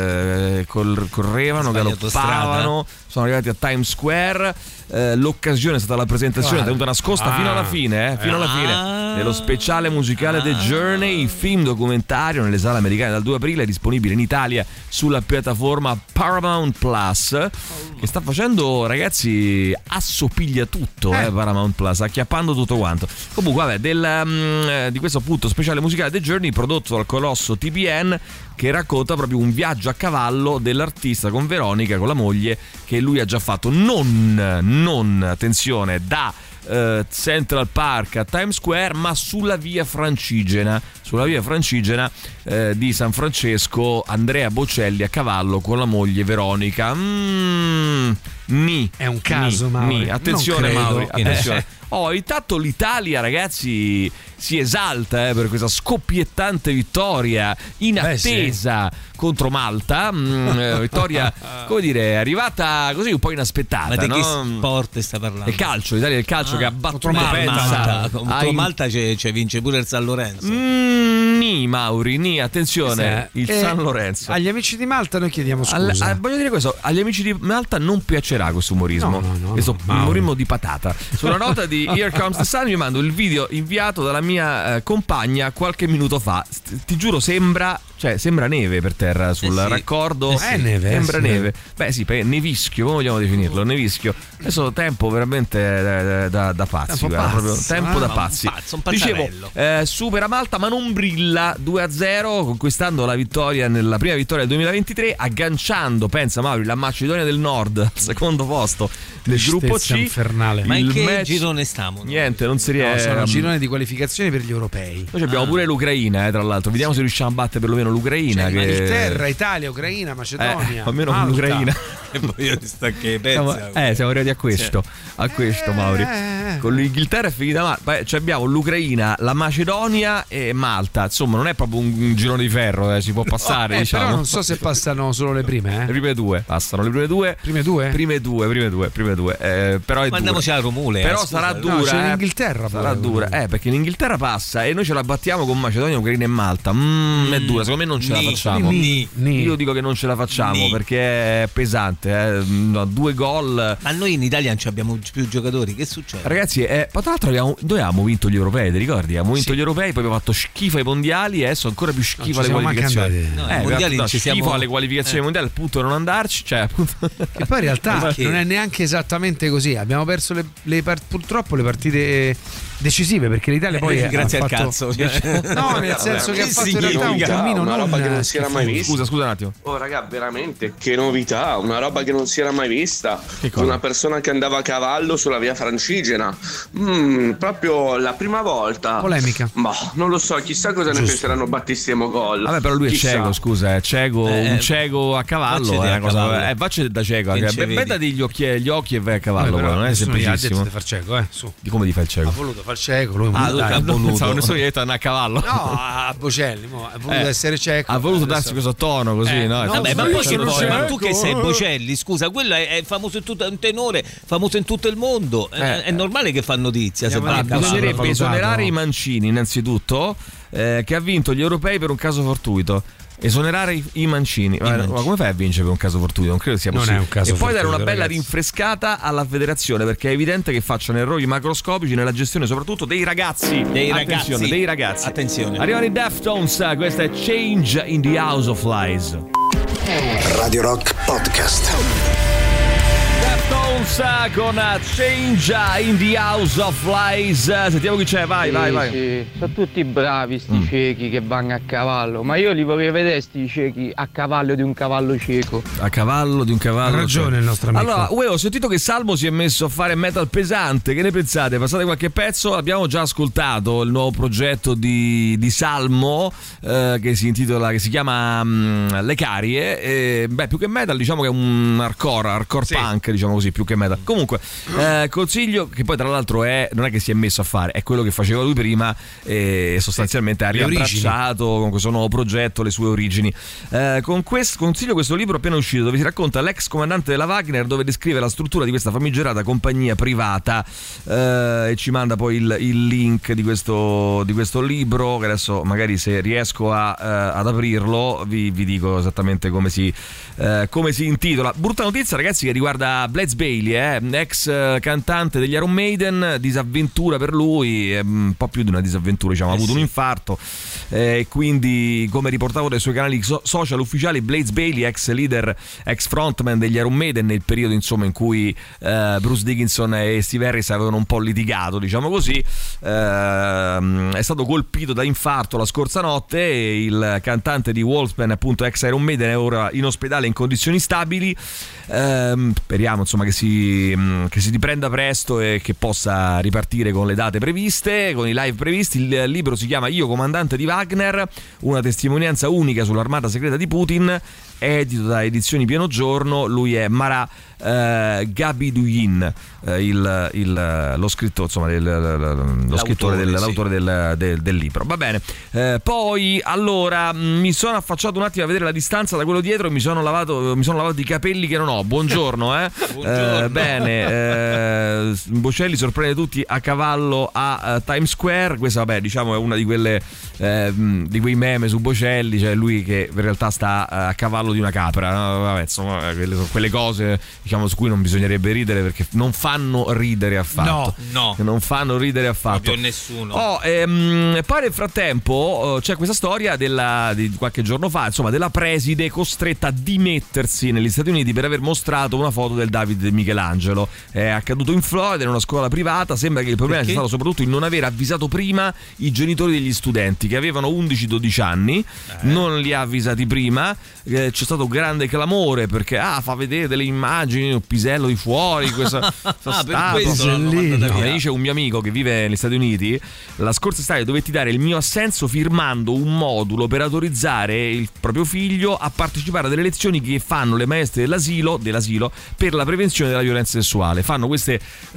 eh, col- correvano, Sbagliato galoppavano, sono arrivati a Times Square. Eh, l'occasione è stata la presentazione Guarda. tenuta nascosta Ah. fino alla fine, eh, fino alla Ah. fine dello speciale musicale The Journey, film documentario nelle sale americane dal due aprile, è disponibile in Italia sulla piattaforma Paramount Plus, che sta facendo, ragazzi, assopiglia tutto, eh. Eh, Paramount Plus, acchiappando tutto quanto. Comunque, vabbè, del, um, di questo appunto speciale musicale The Journey, prodotto dal colosso T B N, che racconta proprio un viaggio a cavallo dell'artista con Veronica, con la moglie, che lui ha già fatto, non, non attenzione, da uh, Central Park a Times Square, ma sulla via Francigena, sulla via Francigena eh, di San Francesco. Andrea Bocelli a cavallo con la moglie Veronica. Mm, ni, È un caso, ni, Mauri. ni. Attenzione, Non credo. Mauri, attenzione. Oh, intanto l'Italia, ragazzi, si esalta eh, per questa scoppiettante vittoria in Beh, sì. attesa contro Malta. Mm, eh, vittoria, come dire, arrivata così un po' inaspettata. Ma di no? che sport sta parlando? Il calcio, l'Italia del calcio Ah, che ha battuto contro Penza. Malta, contro Ha in- Malta c'è, c'è vince pure il San Lorenzo. Mm, ni, Mauri, ni, attenzione, il Eh, San Lorenzo. Agli amici di Malta noi chiediamo scusa. Al- ah, voglio dire questo, agli amici di Malta non piacerà questo umorismo, No, no, no, questo no, Mauri. umorismo di patata. Sulla nota di Here Comes the Sun vi mando il video inviato dalla mia eh, compagna qualche minuto fa. St- ti giuro, sembra, cioè sembra neve per terra sul Eh sì. raccordo. Eh sì. È neve, Sembra eh sì. neve. Beh sì, pe- nevischio, come vogliamo definirlo? Nevischio. Adesso tempo veramente da, da, da pazzi, Tempo guarda, pazzo, proprio tempo eh? da Un pazzi. pazzo, un Dicevo, pazzarello. eh, supera Malta ma non brilla, due a zero, conquistando la vittoria nella prima vittoria del duemilaventitré, agganciando, pensa Mauri, la Macedonia del Nord al secondo posto del Tristezza gruppo C. infernale. Ma in Il che match- girone stiamo? noi? Niente, non si No, riesce. sono girone di qualificazione per gli europei. Noi abbiamo Ah. pure l'Ucraina, eh, tra l'altro. Vediamo se riusciamo a battere perlomeno l'Ucraina. Cioè, che... Inghilterra, Italia, Ucraina, Macedonia. Eh, almeno Malta. l'Ucraina. E poi io sta che Siamo, pensa. eh, siamo arrivati a questo, a questo, Mauri. eh. Con l'Inghilterra è finita male. Poi cioè abbiamo l'Ucraina, la Macedonia e Malta. Insomma, non è proprio un, un girone di ferro, eh, si può passare, Eh, diciamo. Però non so se passano solo le prime, Le eh. prime due, passano le prime due. Prime due? Prime due, prime due, prime due. Eh, però è dura. Mandiamoci alla Romule. Però eh, scusa. sarà No, dura. No, c'è eh. l'Inghilterra Sarà pure. dura. Eh, perché l'Inghilterra passa e noi ce la battiamo con Macedonia, Ucraina e Malta. Mm, è dura, secondo me non ce la Ni, facciamo. ni, ni. Io dico che non ce la facciamo Ni. perché è pesante. Eh. No, due gol. Ma noi in Italia non ci abbiamo più giocatori, che succede? Ragazzi, eh, ma tra l'altro abbiamo, noi avevamo vinto gli europei, ti ricordi? Abbiamo vinto Sì. gli europei, poi abbiamo fatto schifo ai mondiali e adesso ancora più schifo ci alle siamo manco qualificazioni. andati. No, eh, ai mondiali no, ci schifo siamo- alle qualificazioni eh. mondiali, appunto non andarci, cioè appunto. Che poi in realtà Perché? non è neanche esattamente così. Abbiamo perso le, le part- purtroppo le partite decisive perché l'Italia poi Eh, ha grazie al fatto... cazzo. No, nel senso che ha Che fatto in realtà un significa? cammino Una non roba che non si era mai schifoso. vista. Scusa, scusa un attimo. Oh raga, veramente, che novità, una roba che non si era mai vista. Che cosa? Una persona che andava a cavallo sulla via Francigena. Mm, proprio la prima volta. Polemica. Ma non lo so, chissà cosa ne Giusto. penseranno Battista e Mogol. Vabbè, però lui è Chissà. cieco, scusa, è cieco, Eh, un cieco a cavallo vaccete è una a cosa. cavallo. Eh, vaccete da cieco, Che anche. ce Beh, vedi? dati gli occhi, gli occhi e vai a cavallo, Vabbè, poi, però non è nessuno gli ha detto semplicissimo. di far cieco, eh, su. Di come ti fa il Ha cieco? voluto far cieco, lui Ah, dai, lui che ha no, voluto. Pensavo nessuno gli ha detto andare a cavallo. a Bocelli, mo, ha voluto Eh, essere cieco. ha voluto adesso- darsi questo tono così, Eh, no? no, Vabbè, ma io poi che sono poi, ma cieco. tu che sei Bocelli, scusa, quello è, è famoso in tutto, è un tenore famoso in tutto il mondo. È, Eh, è normale che fa notizia se Andiamo va a lì, cavallo. Bisognerebbe valutato. esonerare i Mancini innanzitutto, eh, che ha vinto gli europei per un caso fortuito. Esonerare i, i Mancini. Ma, Mancini. ma come fai a vincere per un caso fortuito? Non credo sia Non possibile. è un caso e poi dare una fortuito, bella ragazzi. rinfrescata alla federazione, perché è evidente che facciano errori macroscopici nella gestione soprattutto dei ragazzi. Dei Attenzione, ragazzi. dei ragazzi. Attenzione. Arrivano i Deftones, questa è Change in the House of Lies. Radio Rock Podcast. Deftones con Change in the House of Lies. Sentiamo chi c'è, vai, vai, vai. Sì, sono tutti bravi sti Mm. ciechi che vanno a cavallo, ma io li vorrei vedere sti ciechi a cavallo di un cavallo cieco. A cavallo di un cavallo. Ha ragione il nostro amico. Allora, uè, ho sentito che Salmo si è messo a fare metal pesante. Che ne pensate? Passate qualche pezzo. Abbiamo già ascoltato il nuovo progetto di, di Salmo, eh, che si intitola, che si chiama mm, Le Carie. E, beh, più che metal, diciamo che è un hardcore, hardcore Sì. punk, diciamo così, più più che metal. Comunque eh, consiglio, che poi tra l'altro è non è che si è messo a fare, è quello che faceva lui prima e sostanzialmente ha riabbracciato con questo nuovo progetto le sue origini. Eh, con questo consiglio questo libro appena uscito, dove si racconta l'ex comandante della Wagner, dove descrive la struttura di questa famigerata compagnia privata eh, e ci manda poi il, il link di questo, di questo libro, che adesso magari se riesco a, eh, ad aprirlo vi, vi dico esattamente come si, eh, come si intitola. Brutta notizia ragazzi che riguarda Blaze Bayley, eh, ex cantante degli Iron Maiden, disavventura per lui, eh, un po' più di una disavventura, diciamo, ha avuto un infarto e eh, quindi, come riportavo dai suoi canali so- social ufficiali, Blaze Bayley, ex leader, ex frontman degli Iron Maiden, nel periodo insomma in cui eh, Bruce Dickinson e Steve Harris avevano un po' litigato, diciamo così, eh, è stato colpito da infarto la scorsa notte e il cantante di Wolfman, appunto ex Iron Maiden, è ora in ospedale in condizioni stabili. Eh, speriamo insomma che si, che si riprenda presto e che possa ripartire con le date previste, con i live previsti. Il libro si chiama Io comandante di Wagner, una testimonianza unica sull'armata segreta di Putin, edito da Edizioni Pieno Giorno. Lui è Marat eh, Gabiduin, eh, il, il, lo scrittore, insomma, del, lo scrittore del, sì. l'autore del, del, del libro. Va bene. Eh, poi allora mi sono affacciato un attimo a vedere la distanza da quello dietro e mi sono lavato, mi sono lavato i capelli che non ho. Buongiorno, eh. Buongiorno. Eh, bene. Eh, Bocelli sorprende tutti a cavallo a uh, Times Square. Questa, vabbè, diciamo è una di quelle eh, di quei meme su Bocelli, cioè lui che in realtà sta uh, a cavallo di una capra, no? Vabbè, insomma, quelle sono quelle cose, diciamo, su cui non bisognerebbe ridere, perché non fanno ridere affatto. No, no. Non fanno ridere affatto. Proprio nessuno. Oh, ehm, pare nel frattempo c'è questa storia della, di qualche giorno fa, insomma, della preside costretta a dimettersi negli Stati Uniti per aver mostrato una foto del David di Michelangelo. È accaduto in Florida, in una scuola privata. Sembra che il problema Perché? sia stato soprattutto il non aver avvisato prima i genitori degli studenti, che avevano undici dodici anni, eh. non li ha avvisati prima. Eh, c'è stato un grande clamore perché ah fa vedere delle immagini, un pisello di fuori, questa, questa ah, per questo l'hanno mandata via. Mi dice un mio amico che vive negli Stati Uniti: la scorsa estate dovetti dare il mio assenso firmando un modulo per autorizzare il proprio figlio a partecipare a delle lezioni che fanno le maestre dell'asilo, dell'asilo per la prevenzione della violenza sessuale. Fanno queste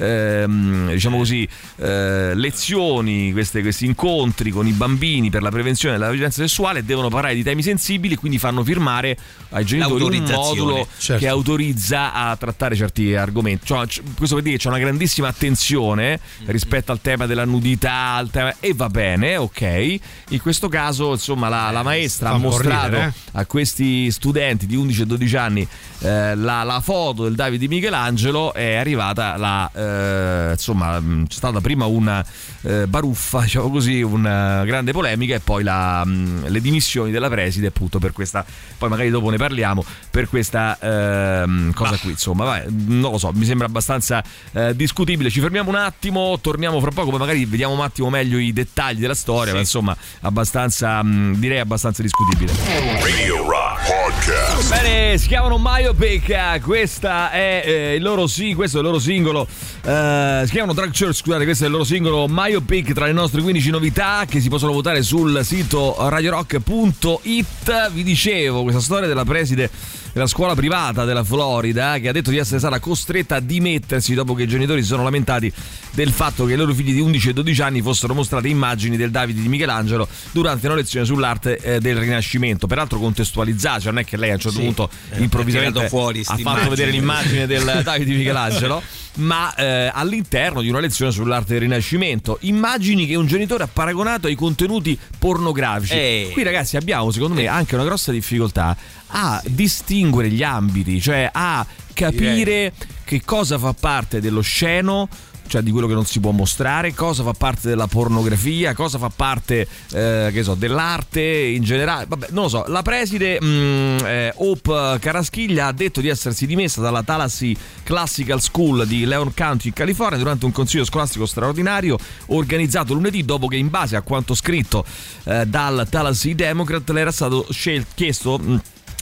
ehm, diciamo così eh, lezioni, queste, questi incontri con i bambini per la prevenzione della violenza sessuale, e devono parlare di temi sensibili, quindi fanno firmare ai genitori un modulo certo. che autorizza a trattare certi argomenti. Cioè, questo per dire che c'è una grandissima attenzione rispetto al tema della nudità, al tema, e va bene, ok. In questo caso, insomma, la, la maestra ha mostrato ridere, eh? a questi studenti di undici e dodici anni eh, la, la foto del David di Michelangelo. È arrivata la eh, insomma, c'è stata prima una eh, baruffa, diciamo così, una grande polemica, e poi la, mh, le dimissioni della preside, appunto, per questa. Poi magari dopo ne parliamo, per questa ehm, cosa qui, insomma, vabbè, non lo so, mi sembra abbastanza eh, discutibile. Ci fermiamo un attimo, torniamo fra poco, poi magari vediamo un attimo meglio i dettagli della storia, sì. ma insomma abbastanza, mh, direi abbastanza discutibile. Radio Rock Podcast. Bene, si chiamano Myopic, questa è eh, il loro sì, questo è il loro singolo, eh, si chiamano Drug Church, scusate, questo è il loro singolo Myopic, tra le nostre quindici novità che si possono votare sul sito radio rock punto it. Vi dicevo questa storia della preside della scuola privata della Florida, che ha detto di essere stata costretta a dimettersi dopo che i genitori si sono lamentati del fatto che i loro figli di undici e dodici anni fossero mostrate immagini del Davide di Michelangelo durante una lezione sull'arte eh, del Rinascimento, peraltro contestualizzata, cioè non è che lei a un certo sì, punto eh, improvvisamente fuori ha fatto immagini. vedere l'immagine del Davide di Michelangelo ma eh, all'interno di una lezione sull'arte del Rinascimento, immagini che un genitore ha paragonato ai contenuti pornografici. Ehi. Qui ragazzi abbiamo secondo me anche una grossa difficoltà a distinguere gli ambiti, cioè a capire che cosa fa parte dell'osceno, cioè di quello che non si può mostrare, cosa fa parte della pornografia, cosa fa parte eh, che so, dell'arte in generale. Vabbè, non lo so. La preside mh, eh, Hope Caraschiglia ha detto di essersi dimessa dalla Tallahassee Classical School di Leon County in California durante un consiglio scolastico straordinario organizzato lunedì, dopo che in base a quanto scritto eh, dal Tallahassee Democrat le era stato scel- chiesto mh,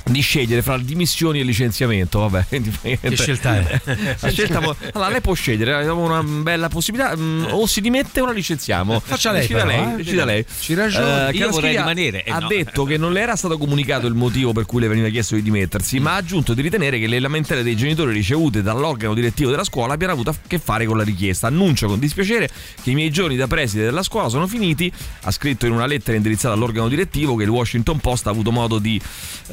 di scegliere fra dimissioni e licenziamento. Vabbè, che scelta è? La scelta, allora lei può scegliere, abbiamo una bella possibilità, mh, o si dimette o la licenziamo. Faccia lei, decida però, lei, eh? decida lei. Ci ragiona. Uh, io vorrei rimanere eh, ha no. detto che non le era stato comunicato il motivo per cui le veniva chiesto di dimettersi, ma ha aggiunto di ritenere che le lamentele dei genitori ricevute dall'organo direttivo della scuola abbiano avuto a che fare con la richiesta. Annuncio con dispiacere che i miei giorni da preside della scuola sono finiti. Ha scritto in una lettera indirizzata all'organo direttivo che il Washington Post ha avuto modo di,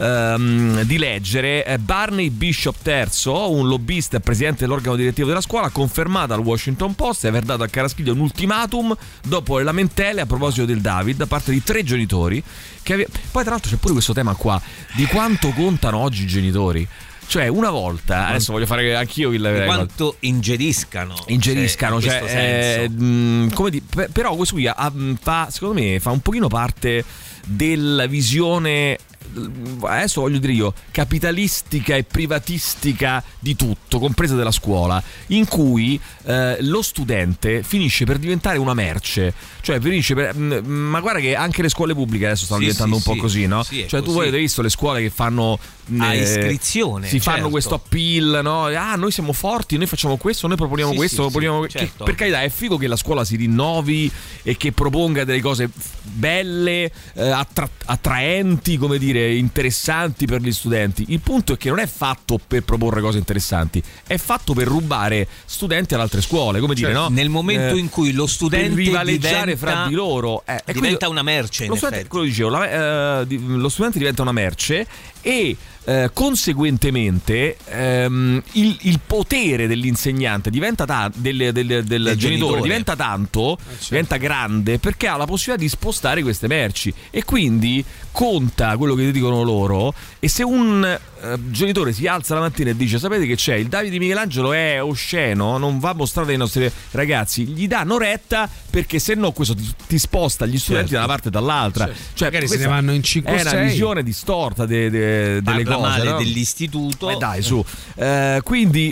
um, di leggere. Barney Bishop terzo, un lobbista e presidente dell'organo direttivo della scuola, ha confermato al Washington Post di aver dato a Caraschiglio un ultimatum dopo le lamentele a proposito del David da parte di tre genitori che ave... Poi tra l'altro c'è pure questo tema qua di quanto contano oggi i genitori. Cioè una volta, adesso voglio fare anch'io il... Di quanto ingeriscano. Ingeriscano, cioè, cioè eh, mh, come di, però questo qui ha, fa, secondo me fa un pochino parte della visione, adesso voglio dire io, capitalistica e privatistica di tutto, compresa della scuola, in cui eh, lo studente finisce per diventare una merce. Cioè finisce per, ma guarda che anche le scuole pubbliche adesso stanno sì, diventando sì, un po' sì, così, no? Sì, cioè tu voi avete visto le scuole che fanno a eh, iscrizione, si certo. fanno questo appeal, no? Ah, noi siamo forti, noi facciamo questo, noi proponiamo sì, questo, sì, proponiamo sì, certo. che, per carità è figo che la scuola si rinnovi e che proponga delle cose belle, eh, attra- attraenti, come dire, interessanti per gli studenti. Il punto è che non è fatto per proporre cose interessanti, è fatto per rubare studenti ad altre scuole, come dire, cioè, no? Nel momento eh, in cui lo studente per rivaleggiare diventa, fra di loro, eh, diventa quindi, una merce in lo studente, effetti. quello che dicevo, la, eh, lo studente diventa una merce e eh, conseguentemente ehm, il, il potere dell'insegnante diventa ta- del, del, del, del genitore, genitore diventa tanto, eh, certo. diventa grande, perché ha la possibilità di spostare queste merci e quindi conta quello che dicono loro. E se un eh, genitore si alza la mattina e dice: sapete che c'è, il Davide di Michelangelo è osceno, non va mostrato ai nostri ragazzi, gli danno retta, perché se no questo ti, ti sposta gli studenti certo. da una parte e dall'altra, certo. cioè magari se ne vanno in cinque è una sei. visione distorta de, de, delle Parla cose, male no? dell'istituto. Ma dai, su. Eh, quindi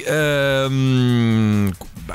ehm,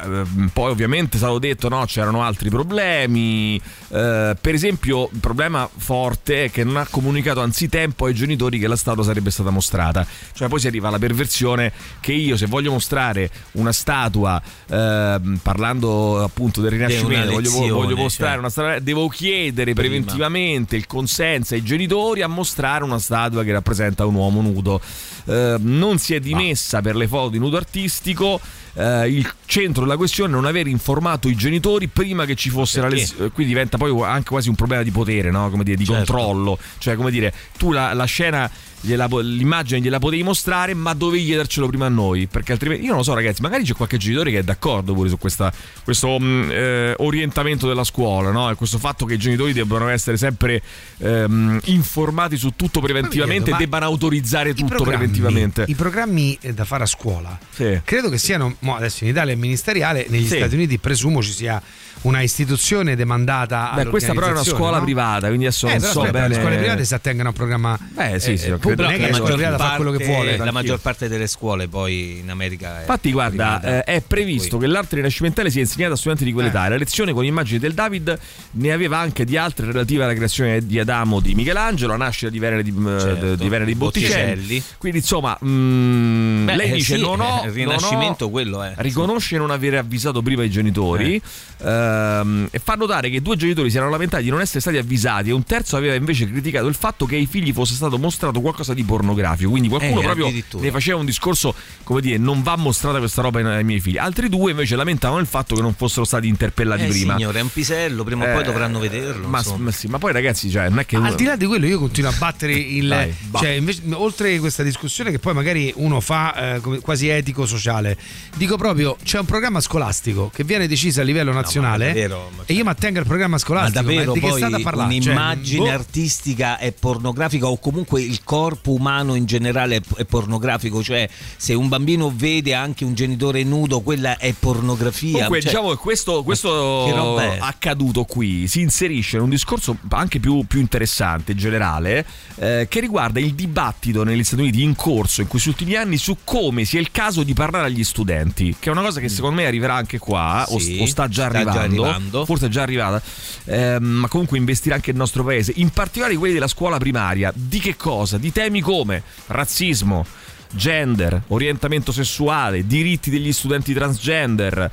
poi ovviamente è stato detto, no, c'erano altri problemi, eh, per esempio il problema forte è che non ha comunicato anzitempo ai genitori che la statua sarebbe stata mostrata. Cioè poi si arriva alla perversione che io, se voglio mostrare una statua, eh, parlando appunto del Rinascimento, voglio, voglio mostrare cioè. una statua, devo chiedere Prima. preventivamente il consenso ai genitori a mostrare una statua che rappresenta un uomo nudo. Eh, non si è dimessa ah. per le foto di nudo artistico. Uh, il centro della questione è non aver informato i genitori prima che ci fosse Perché? la lezione. Qui diventa poi anche quasi un problema di potere, no? Come dire, di certo. controllo. Cioè, come dire, tu la, la scena, gliela, l'immagine gliela potevi mostrare, ma dovevi chiedercelo prima a noi, perché altrimenti, io non lo so, ragazzi, magari c'è qualche genitore che è d'accordo pure su questa, questo mh, eh, orientamento della scuola, no? E questo fatto che i genitori debbano essere sempre ehm, informati su tutto preventivamente e debbano autorizzare tutto preventivamente. I programmi da fare a scuola sì. credo che siano, adesso in Italia è ministeriale, negli sì. Stati Uniti presumo ci sia una istituzione demandata. Beh, questa però è una scuola no? privata, quindi adesso eh, non però, so aspetta, bene. le scuole private si attengono a un programma. Eh sì, sì, eh, credo. Non è che la scuola privata fa quello che vuole. La maggior parte delle scuole poi in America è Infatti guarda, eh, è previsto che l'arte rinascimentale sia insegnata a studenti di quell'età. Eh. La lezione con immagini del David ne aveva anche di altre relative alla creazione di Adamo di Michelangelo, la nascita di Venere di, certo. di, Venere di Botticelli. Botticelli. Quindi insomma mh, Beh, lei dice sì, non ho il Rinascimento non ho, quello è. Riconosce non aver avvisato prima i genitori eh. ehm, e fa notare che due genitori si erano lamentati di non essere stati avvisati e un terzo aveva invece criticato il fatto che ai figli fosse stato mostrato qualcosa di pornografico. Quindi qualcuno eh, proprio ne faceva un discorso, come dire, non va mostrata questa roba ai miei figli. Altri due invece lamentavano il fatto che non fossero stati interpellati eh, prima. Signore, è un pisello, prima o eh, poi dovranno vederlo. Ma, ma, sì, ma poi ragazzi, cioè, non è che uno... al di là di quello io continuo a battere il Dai, cioè invece, oltre questa discussione che poi magari uno fa eh, come, quasi etico-sociale, dico proprio c'è un programma scolastico che viene deciso a livello nazionale no, davvero, ma... e io mi attengo al programma scolastico. Ma davvero, ma di poi che state a parlare? un'immagine cioè, artistica è pornografica, o comunque il corpo umano in generale è, è pornografico, cioè se un bambino vede anche un genitore nudo, quella è pornografia. Comunque cioè, diciamo che questo, questo accaduto qui si inserisce in un discorso anche più, più interessante, generale, eh, che riguarda il dibattito negli Stati Uniti in corso in questi ultimi anni su come sia il caso di parlare agli studenti, che è una cosa che secondo me arriverà anche qua, sì, o, o sta già arrivando, sta già arrivando. forse è già arrivata, eh, ma comunque investirà anche il nostro paese, in particolare quelli della scuola primaria. Di che cosa? Di temi come razzismo, gender, orientamento sessuale, diritti degli studenti transgender,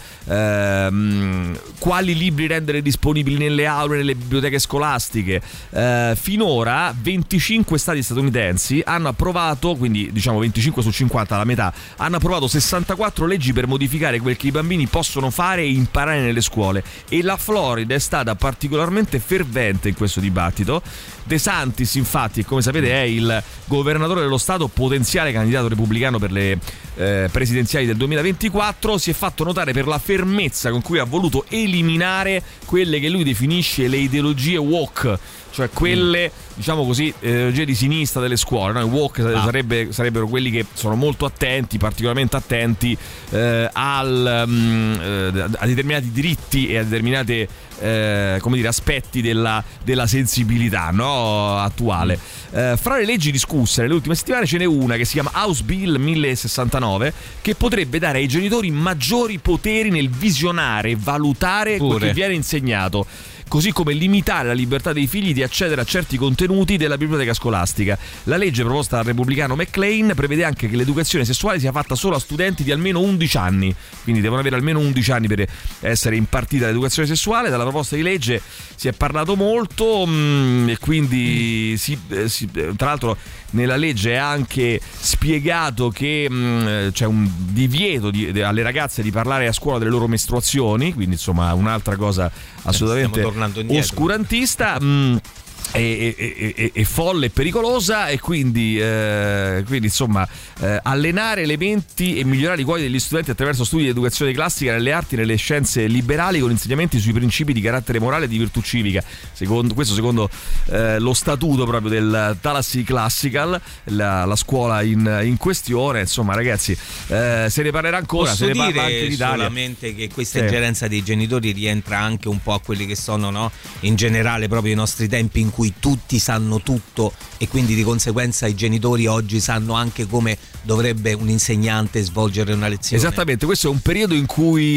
ehm, quali libri rendere disponibili nelle aule, nelle biblioteche scolastiche. Eh, finora venticinque stati statunitensi hanno approvato, quindi diciamo venticinque su cinquanta, la metà, hanno approvato sessantaquattro leggi per modificare quel che i bambini possono fare e imparare nelle scuole, e la Florida è stata particolarmente fervente in questo dibattito. DeSantis, infatti, come sapete, è il governatore dello stato, potenziale candidato repubblicano per le eh, presidenziali del duemilaventiquattro. Si è fatto notare per la fermezza con cui ha voluto eliminare quelle che lui definisce le ideologie woke, cioè quelle, diciamo così, ideologie di sinistra delle scuole, no? I woke ah. sarebbe, sarebbero quelli che sono molto attenti, particolarmente attenti eh, al, um, eh, a determinati diritti e a determinate eh, come dire, aspetti della, della sensibilità, no? Attuale. Eh, fra le leggi discusse nelle ultime settimane ce n'è una che si chiama House Bill mille sessantanove, che potrebbe dare ai genitori maggiori poteri nel visionare e valutare Pure. quel che viene insegnato, così come limitare la libertà dei figli di accedere a certi contenuti della biblioteca scolastica. La legge proposta dal repubblicano McClain prevede anche che l'educazione sessuale sia fatta solo a studenti di almeno undici anni, quindi devono avere almeno undici anni per essere impartita l'educazione sessuale. Dalla proposta di legge si è parlato molto mh, e quindi si, eh, si, tra l'altro nella legge è anche spiegato che mh, c'è un divieto di, de, alle ragazze di parlare a scuola delle loro mestruazioni, quindi insomma un'altra cosa assolutamente oscurantista. Mh, È, è, è, è folle e pericolosa, e quindi, eh, quindi insomma eh, allenare le menti e migliorare i cuori degli studenti attraverso studi di educazione classica, nelle arti e nelle scienze liberali, con insegnamenti sui principi di carattere morale e di virtù civica. Secondo, questo secondo eh, lo statuto proprio del Tallahassee Classical, la, la scuola in, in questione. Insomma ragazzi, eh, se ne parlerà ancora. Posso se ne dire parla anche in Italia. solamente che questa sì. ingerenza dei genitori rientra anche un po' a quelli che sono, no, in generale proprio i nostri tempi, in cui tutti sanno tutto, e quindi di conseguenza i genitori oggi sanno anche come dovrebbe un insegnante svolgere una lezione. Esattamente, questo è un periodo in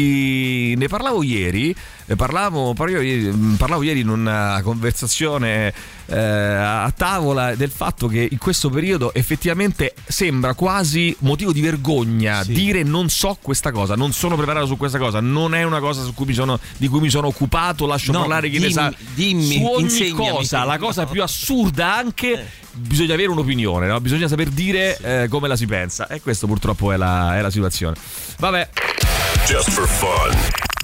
cui ne parlavo ieri, parlavo, parlavo, ieri, parlavo ieri in una conversazione eh, a tavola del fatto che in questo periodo effettivamente sembra quasi motivo di vergogna sì. dire non so questa cosa, non sono preparato su questa cosa, non è una cosa su cui mi sono, di cui mi sono occupato, lascio no, parlare chi dimmi, ne sa. Dimmi, su ogni insegnami. cosa, la cosa più assurda anche, bisogna avere un'opinione, no? Bisogna saper dire eh, come la si pensa, e questo purtroppo è la, è la situazione. Vabbè. Just for fun.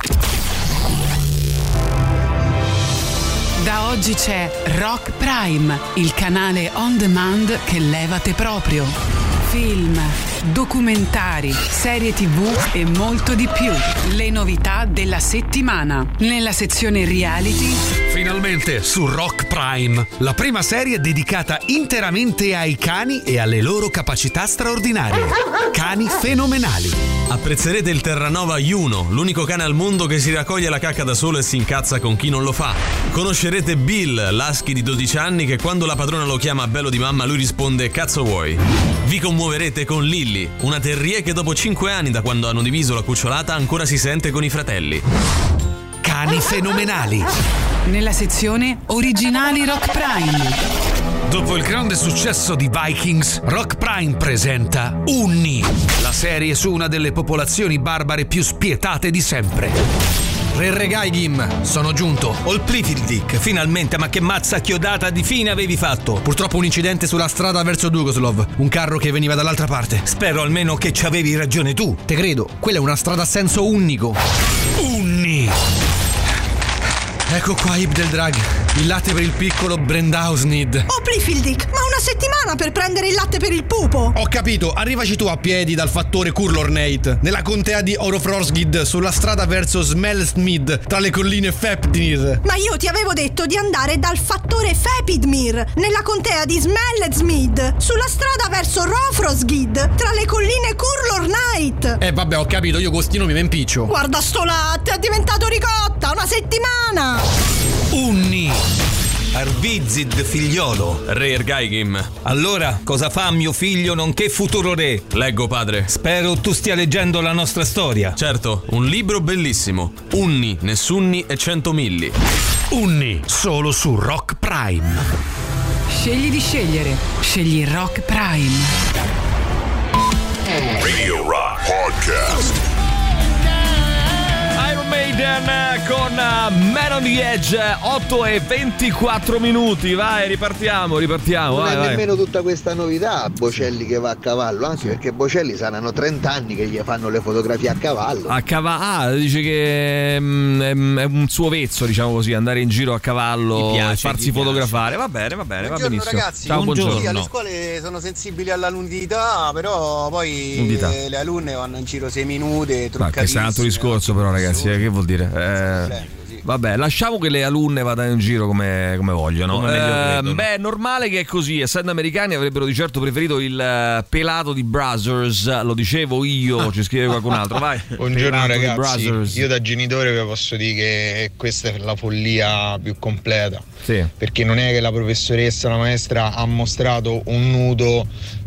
Da oggi c'è Rock Prime, il canale on demand che levate proprio. Film, documentari, serie tivù e molto di più. Le novità della settimana. Nella sezione reality. Finalmente su Rock Prime, la prima serie dedicata interamente ai cani e alle loro capacità straordinarie. Cani fenomenali. Apprezzerete il Terranova Juno, l'unico cane al mondo che si raccoglie la cacca da solo e si incazza con chi non lo fa. Conoscerete Bill, l'husky di dodici anni che quando la padrona lo chiama bello di mamma lui risponde cazzo vuoi. Vi commuoverete con Lilly, una terrier che dopo cinque anni da quando hanno diviso la cucciolata ancora si sente con i fratelli. Cani fenomenali. Nella sezione originali Rock Prime. Dopo il grande successo di Vikings, Rock Prime presenta Unni, la serie su una delle popolazioni barbare più spietate di sempre. Re Regaigim, sono giunto. Olplifildik, finalmente, ma che mazza chiodata di fine avevi fatto? Purtroppo un incidente sulla strada verso Dugoslov, un carro che veniva dall'altra parte. Spero almeno che ci avevi ragione tu. Te credo, quella è una strada a senso unico. Unni. Ecco qua Ib del Drag, il latte per il piccolo Brendausnid. Oh Plifildik, ma una settimana per prendere il latte per il pupo. Ho capito, arrivaci tu a piedi dal fattore Kurlornate, nella contea di Orofrosgid, sulla strada verso Smelsmid, tra le colline Fepnir. Ma io ti avevo detto di andare dal fattore Fepidmir, nella contea di Smelsmid, sulla strada verso Rofrosgid, tra le colline Kurlornate. Eh vabbè, ho capito, io costino mi impiccio. Guarda sto latte, è diventato ricotta, una settimana. Unni. Arvizid figliolo. Re Ergaigim. Allora, cosa fa mio figlio nonché futuro re? Leggo, padre. Spero tu stia leggendo la nostra storia. Certo, un libro bellissimo. Unni, Nessunni e Cento Milli. Unni, solo su Rock Prime. Scegli di scegliere. Scegli Rock Prime. Radio Rock Podcast. Iron Maiden con Man on the Edge, otto e ventiquattro minuti. Vai, ripartiamo, ripartiamo. Non vai, è vai. nemmeno tutta questa novità Bocelli che va a cavallo, anche perché Bocelli saranno trenta anni che gli fanno le fotografie a cavallo. A cavallo, ah, dice che mm, è un suo vezzo, diciamo così, andare in giro a cavallo piace, e farsi fotografare. Va bene, va bene, Buongiorno, va benissimo. ragazzi. Ciao, buongiorno. Sì, alle scuole sono sensibili alla nudità, però poi Nudità. le, le alunne vanno in giro seminude, Ma questo è un altro discorso, però, ragazzi, eh, che vuol dire? Eh, vabbè, lasciamo che le alunne vadano in giro come, come vogliono. Come meglio Eh, credono. beh, è normale che è così. Essendo americani, avrebbero di certo preferito il eh, pelato di Brazzers. Lo dicevo io, ci scrive qualcun altro. Vai. Buongiorno Pelato di ragazzi, Brazzers. io da genitore vi posso dire che questa è la follia più completa, Sì. perché non è che la professoressa, la maestra ha mostrato un nudo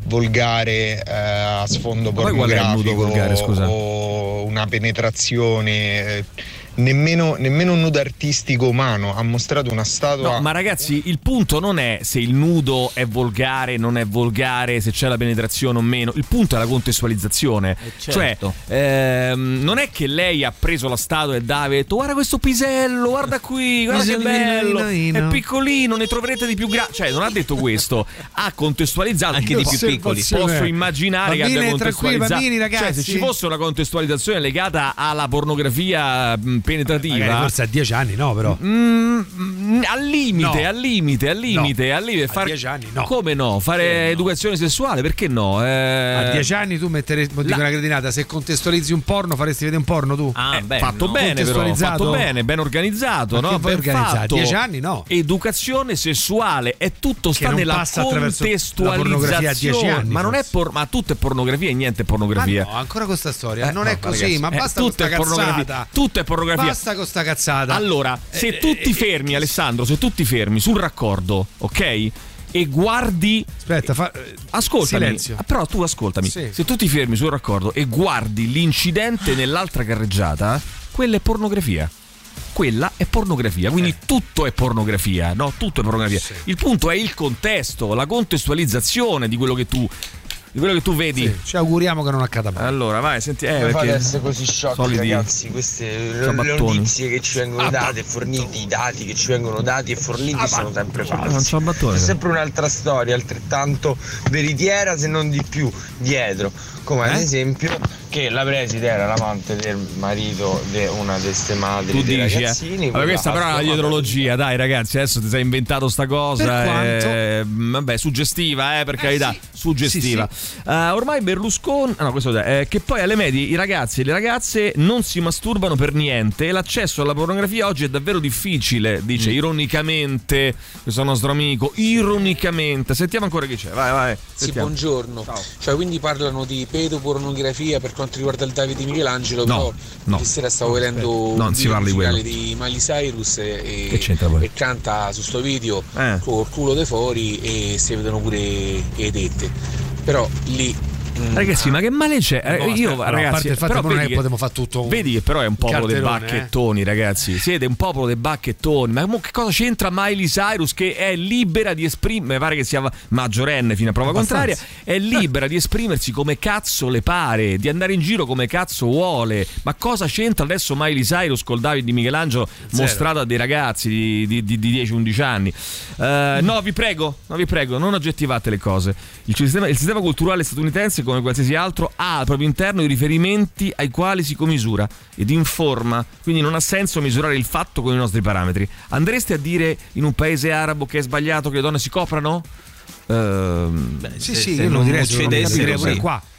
volgare eh, a sfondo Ma poi qual è il nudo pornografico volgare, scusa? o una penetrazione, eh, nemmeno, nemmeno un nudo artistico umano, ha mostrato una statua. No, ma ragazzi, il punto non è se il nudo è volgare, non è volgare, se c'è la penetrazione o meno. Il punto è la contestualizzazione. certo. Cioè, ehm, non è che lei ha preso la statua e ha detto guarda questo pisello, guarda qui, guarda che bello, è piccolino, ne troverete di più grandi. Cioè, non ha detto questo, ha contestualizzato Anche di più piccoli. Posso immaginare che Bambine, abbia tranquilli, contestualizzato. bambini, ragazzi. Cioè, se ci fosse una contestualizzazione legata alla pornografia mh, penetrativa, Magari forse a dieci anni no, però. Mm, mm, al limite, No. al limite, al limite, No. al limite. A Far... dieci anni no. Come no? Fare educazione sessuale, perché no? Eh... A dieci anni tu metteresti, dico La- una cretinata, se contestualizzi un porno faresti vedere un porno tu? Ah, Eh, beh, fatto no. bene, però, Contestualizzato? fatto bene, ben organizzato, Ma no? che vuoi Ben organizzare? fatto. Dieci anni no. Educazione sessuale, è tutto sta non nella passa attraverso la pornografia a dieci contestualizzazione. anni, Ma non è forse. por- ma tutto è pornografia e niente è pornografia. Ma no, ancora con sta storia. Eh, non no, è così, ragazzi, ma eh, basta con tutto sta è pornografia. cazzata. Tutto è pornografia. Basta con sta cazzata. Allora, se Eh, tu ti eh, fermi, Alessandro, se tu ti fermi sul raccordo, ok? E guardi. Aspetta, fa... Ascoltami. Silenzio. Ah, però tu ascoltami. Sì. Se tu ti fermi sul raccordo e guardi l'incidente nell'altra carreggiata, quella è pornografia. Quella è pornografia, quindi tutto è pornografia, no? Tutto è pornografia. Sì. Il punto è il contesto, la contestualizzazione di quello che tu di quello che tu vedi. Sì, ci auguriamo che non accada mai. Allora, vai, senti, eh, Come fate perché ad essere così sciocchi, soliti ragazzi? Queste le ciabattoni. notizie che ci vengono date e fornite, i dati che ci vengono dati e forniti sono sempre non falsi. c'ho battone. C'è sempre un'altra storia, altrettanto veritiera, se non di più, dietro. Come ad Eh? esempio che la preside era l'amante del marito di una di queste madri tu dei dici, eh? ragazzini. Allora, questa però è una dietrologia, dai ragazzi, adesso ti sei inventato sta cosa. Per quanto? eh, vabbè, suggestiva, eh, per carità, sì. suggestiva. Sì, Eh, ormai Berlusconi, ah, no, questo è, eh, che poi alle medie i ragazzi e le ragazze non si masturbano per niente e l'accesso alla pornografia oggi è davvero difficile, dice Mm. ironicamente questo nostro amico, ironicamente. Sentiamo ancora chi c'è, vai, vai. Sì, sentiamo. buongiorno. Ciao. Cioè, quindi parlano di pedopornografia per quanto riguarda il Davide Michelangelo, No, però no. ieri sera stavo vedendo Non un si video parla di musicale quello. di Miley Cyrus e, Che c'entra poi? e canta su sto video Eh. col culo dei fuori e si vedono pure le tette. Però lì mm, Ragazzi, ma che male c'è? Eh, No, io, aspetta, però, ragazzi, a parte il fatto però che non è vedi che potremmo fare tutto un Vedi che però è un popolo dei cartellone, bacchettoni, ragazzi. Siete un popolo dei bacchettoni. Ma mo che cosa c'entra Miley Cyrus che è libera di esprimere, mi pare che sia maggiorenne fino a prova Abbastanza. contraria, è libera di esprimersi come cazzo le pare, di andare in giro come cazzo vuole. Ma cosa c'entra adesso Miley Cyrus col David di Michelangelo Zero. mostrato a dei ragazzi di, di, di, di dieci undici anni? Eh, no, vi prego, no, vi prego, non aggettivate le cose. Il sistema, il sistema culturale statunitense, come qualsiasi altro, ha al proprio interno i riferimenti ai quali si commisura ed informa, quindi non ha senso misurare il fatto con i nostri parametri. Andreste a dire in un paese arabo che è sbagliato che le donne si coprano? Ehm, Sì, se- sì, se io lo non direi, succedesse lo direi così. pure qua.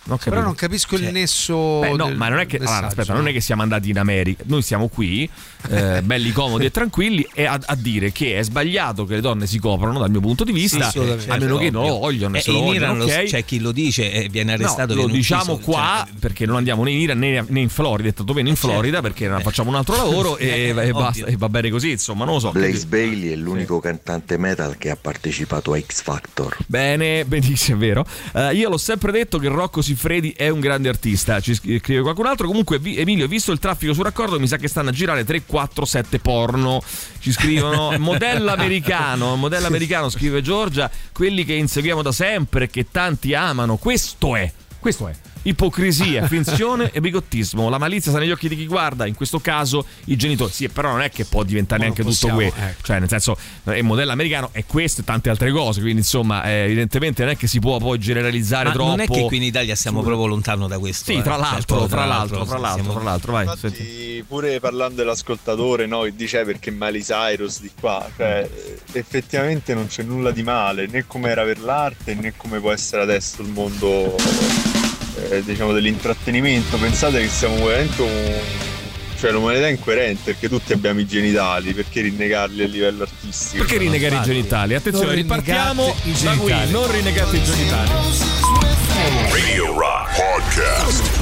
Non Però non capisco il cioè, nesso. Beh, no, del ma non è che allora, aspetta, no? non è che siamo andati in America, noi siamo qui, eh, belli comodi e tranquilli, e a, a dire che è sbagliato che le donne si coprono dal mio punto di vista, Sì, a meno che non lo vogliono. E se lo in vogliono, Iran lo- okay. c'è chi lo dice e viene arrestato. No, lo viene diciamo ucciso, qua cioè, perché non andiamo né in Iran né, né in Florida, è tanto bene in Florida perché facciamo un altro lavoro e, e basta, e va bene così, insomma, non lo so. Blaze Bayley è l'unico cantante metal che ha partecipato a X Factor. Bene, benissimo, è vero. Uh, io l'ho sempre detto che Rocco Siffredi è un grande artista. Ci scrive qualcun altro. Comunque, vi, Emilio, visto il traffico su raccordo, mi sa che stanno a girare tre quattro sette porno. Ci scrivono modello americano. Modello americano, scrive Giorgia. Quelli che inseguiamo da sempre, che tanti amano. Questo è. Questo è. Ipocrisia, finzione e bigottismo. La malizia sta negli occhi di chi guarda, in questo caso i genitori. Sì, però non è che può diventare Ma neanche tutto possiamo, questo. ecco. Cioè, nel senso, il modello americano è questo e tante altre cose. Quindi, insomma, eh, evidentemente non è che si può poi generalizzare ma troppo. non è che qui in Italia stiamo Su- proprio lontano da questo. Sì, eh. tra Cioè, l'altro, proprio tra l'altro, tra l'altro, siamo- tra l'altro, vai. Infatti, senti. pure parlando dell'ascoltatore, no, che dice perché Miley Cyrus di qua, cioè effettivamente non c'è nulla di male, né come era per l'arte né come può essere adesso il mondo, eh, diciamo, dell'intrattenimento. Pensate che siamo veramente un... cioè l'umanità è incoerente, perché tutti abbiamo i genitali, perché rinnegarli a livello artistico? Perché rinnegare i genitali? Attenzione, Non ripartiamo rinnegate i da qui, genitali. non rinnegate i genitali. Radio Rock Podcast.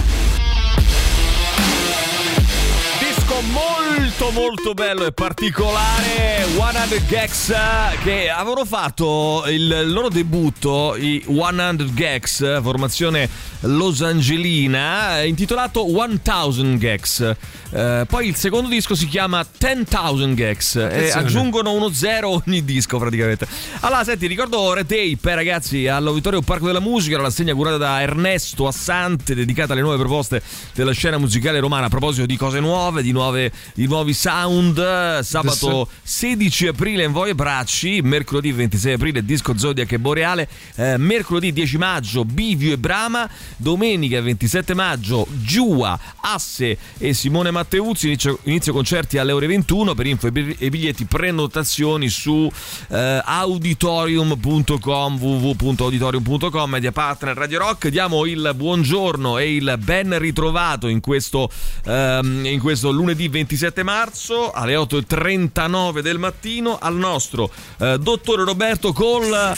Disco molto molto bello e particolare, cento Gags, che avevano fatto il loro debutto, i cento Gags, formazione losangelina, intitolato cento Gags. Eh, poi il secondo disco si chiama diecimila Gags e Attenzione. aggiungono uno zero ogni disco praticamente. Allora, senti, ricordo Red Tape, ragazzi, all'Auditorio Parco della Musica, la rassegna curata da Ernesto Assante, dedicata alle nuove proposte della scena musicale romana. A proposito di cose nuove, di nuove di nuovi sound, sabato sedici aprile in Voie Bracci, mercoledì ventisei aprile Disco Zodiac e Boreale, eh, mercoledì dieci maggio Bivio e Brama, domenica ventisette maggio Giua, Asse e Simone Matteuzzi, inizio, inizio concerti alle ore ventuno. Per info e bi- e biglietti prenotazioni su eh, auditorium punto com, w w w punto auditorium punto com, media partner Radio Rock. Diamo il buongiorno e il ben ritrovato in questo, ehm, in questo lunedì ventisette marzo alle otto e trentanove del mattino al nostro eh, dottore Roberto Coll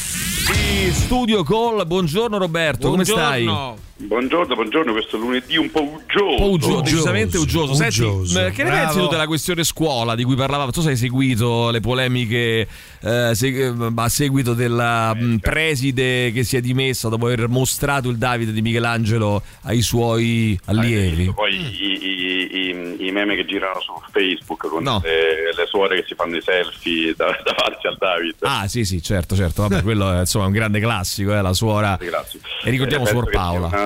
di Studio Coll. Buongiorno Roberto, Buongiorno. come stai? Buongiorno, buongiorno, questo lunedì un po' uggioso. Un po' uggioso, decisamente uggioso. Senti, Uggioso. eh, che ne Bravo. pensi tu della questione scuola di cui parlavamo? Tu hai seguito le polemiche eh, se- eh, a seguito della mh, preside che si è dimessa dopo aver mostrato il Davide di Michelangelo ai suoi allievi? Poi i, i, i, i meme che girano su Facebook con le, le suore che si fanno i selfie da- davanti al Davide. Ah, sì, sì, certo, certo. Vabbè, quello è, insomma, un grande classico, eh, la suora. Grazie. E ricordiamo Eh, penso suor che sia Paola. Una,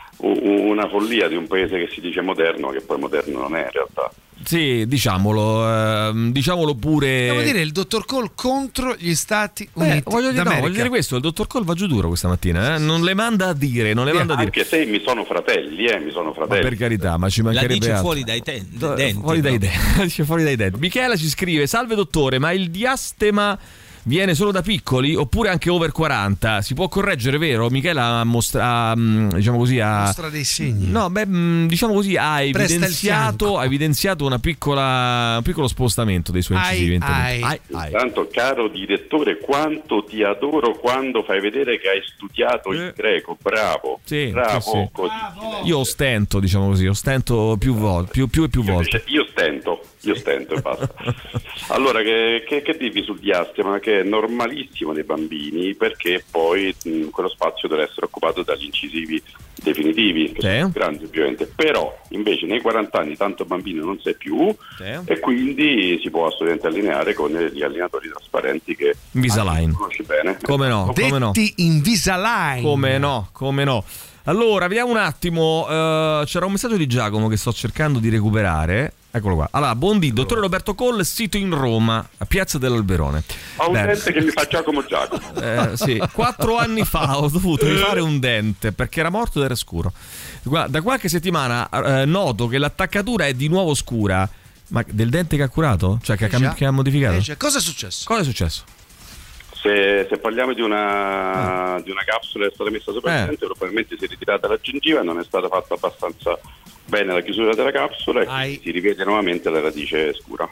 u- una follia di un paese che si dice moderno, che poi moderno non è in realtà. Sì, diciamolo, ehm, diciamolo pure. Devo dire il dottor Cole contro gli Stati Beh, Uniti voglio, dire, no, d'America. voglio dire questo, il dottor Cole va giù duro questa mattina, eh? Non le manda a dire, non le manda a dire. Anche se mi sono fratelli, eh, mi sono Ma fratelli. per carità, ma ci La mancherebbe dice altro. fuori dai ten- Do- denti. fuori dai no? denti. Dice fuori dai denti. Michela ci scrive: salve dottore, ma il diastema viene solo da piccoli oppure anche over quaranta? Si può correggere, vero? Michela mostra, mm, diciamo così, ha Mostra dei segni. No, beh, mm, diciamo così, ha Presta il evidenziato, ha evidenziato una piccola, un piccolo spostamento dei suoi incisivi. Ai, intermedi. ai. Ai, ai. Tanto, caro direttore, quanto ti adoro quando fai vedere che hai studiato il greco. Bravo, Sì, bravo. sì, sì. Così. Io ostento, diciamo così, ostento più volte, più, più e più volte. Io stento, io stento e basta. Allora, che, che, che dirvi sul diastema? Che è normalissimo nei bambini, perché poi mh, quello spazio deve essere occupato dagli incisivi definitivi, che sono grandi ovviamente. Però, invece, nei quaranta anni tanto bambino non sei più, e quindi si può assolutamente allineare con gli allineatori trasparenti che Invisalign. conosci bene. Come no, come no. Detti Invisalign. Come no, come no. Allora, vediamo un attimo. eh, c'era un messaggio di Giacomo che sto cercando di recuperare. Eccolo qua. Allora, buondì, dottore Roberto Coll, sito in Roma, a Piazza dell'Alberone. Ho un Beh, dente che mi fa Giacomo Giacomo. eh, sì, quattro anni fa ho dovuto rifare un dente perché era morto ed era scuro. Guarda, da qualche settimana eh, noto che l'attaccatura è di nuovo scura. Ma del dente che ha curato? Cioè che ha, Eh cam- già. che ha modificato? Eh già. Cosa è successo? Cosa è successo? Se, se parliamo di una, di una capsula che è stata messa sopra Eh. il dente, probabilmente si è ritirata la gengiva, non è stata fatta abbastanza bene la chiusura della capsula e Ai. si rivede nuovamente la radice scura.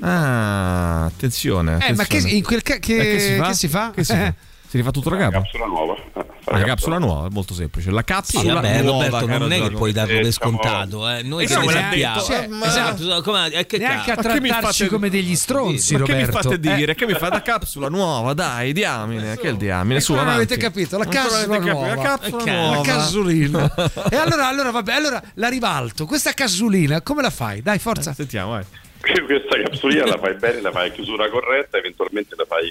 Ah, attenzione. Eh, ma che, attenzione. in quel ca- che, Eh, che si fa? che si fa? Che si fa? Eh. Si rifà tutto da capo? Capsula nuova. Eh, Ah, la capsula nuova, è molto semplice. La capsula Sì, vabbè, nuova, Roberto, caro non è che Giorgio. puoi darlo Eh, per siamo- scontato, eh. Noi Eh, che no, ne ma- sappiamo. cioè, ma- Esatto, come, eh, che Neanche a cazzo? Ma che mi trattarci fate- come degli stronzi, Ma che mi Roberto. fate dire? Eh. Che mi fa da capsula nuova? Dai, diamine. Che è il diamine? Su, Ancora non avanti. avete capito, la Ancora non capsula avete capito, nuova. La capsula Ok. nuova. La casulina. E allora, allora, vabbè, allora la ribalto. Questa casulina, come la fai? Dai, forza. Sentiamo, vai. Questa capsulina la fai bene, la fai a chiusura corretta, eventualmente la fai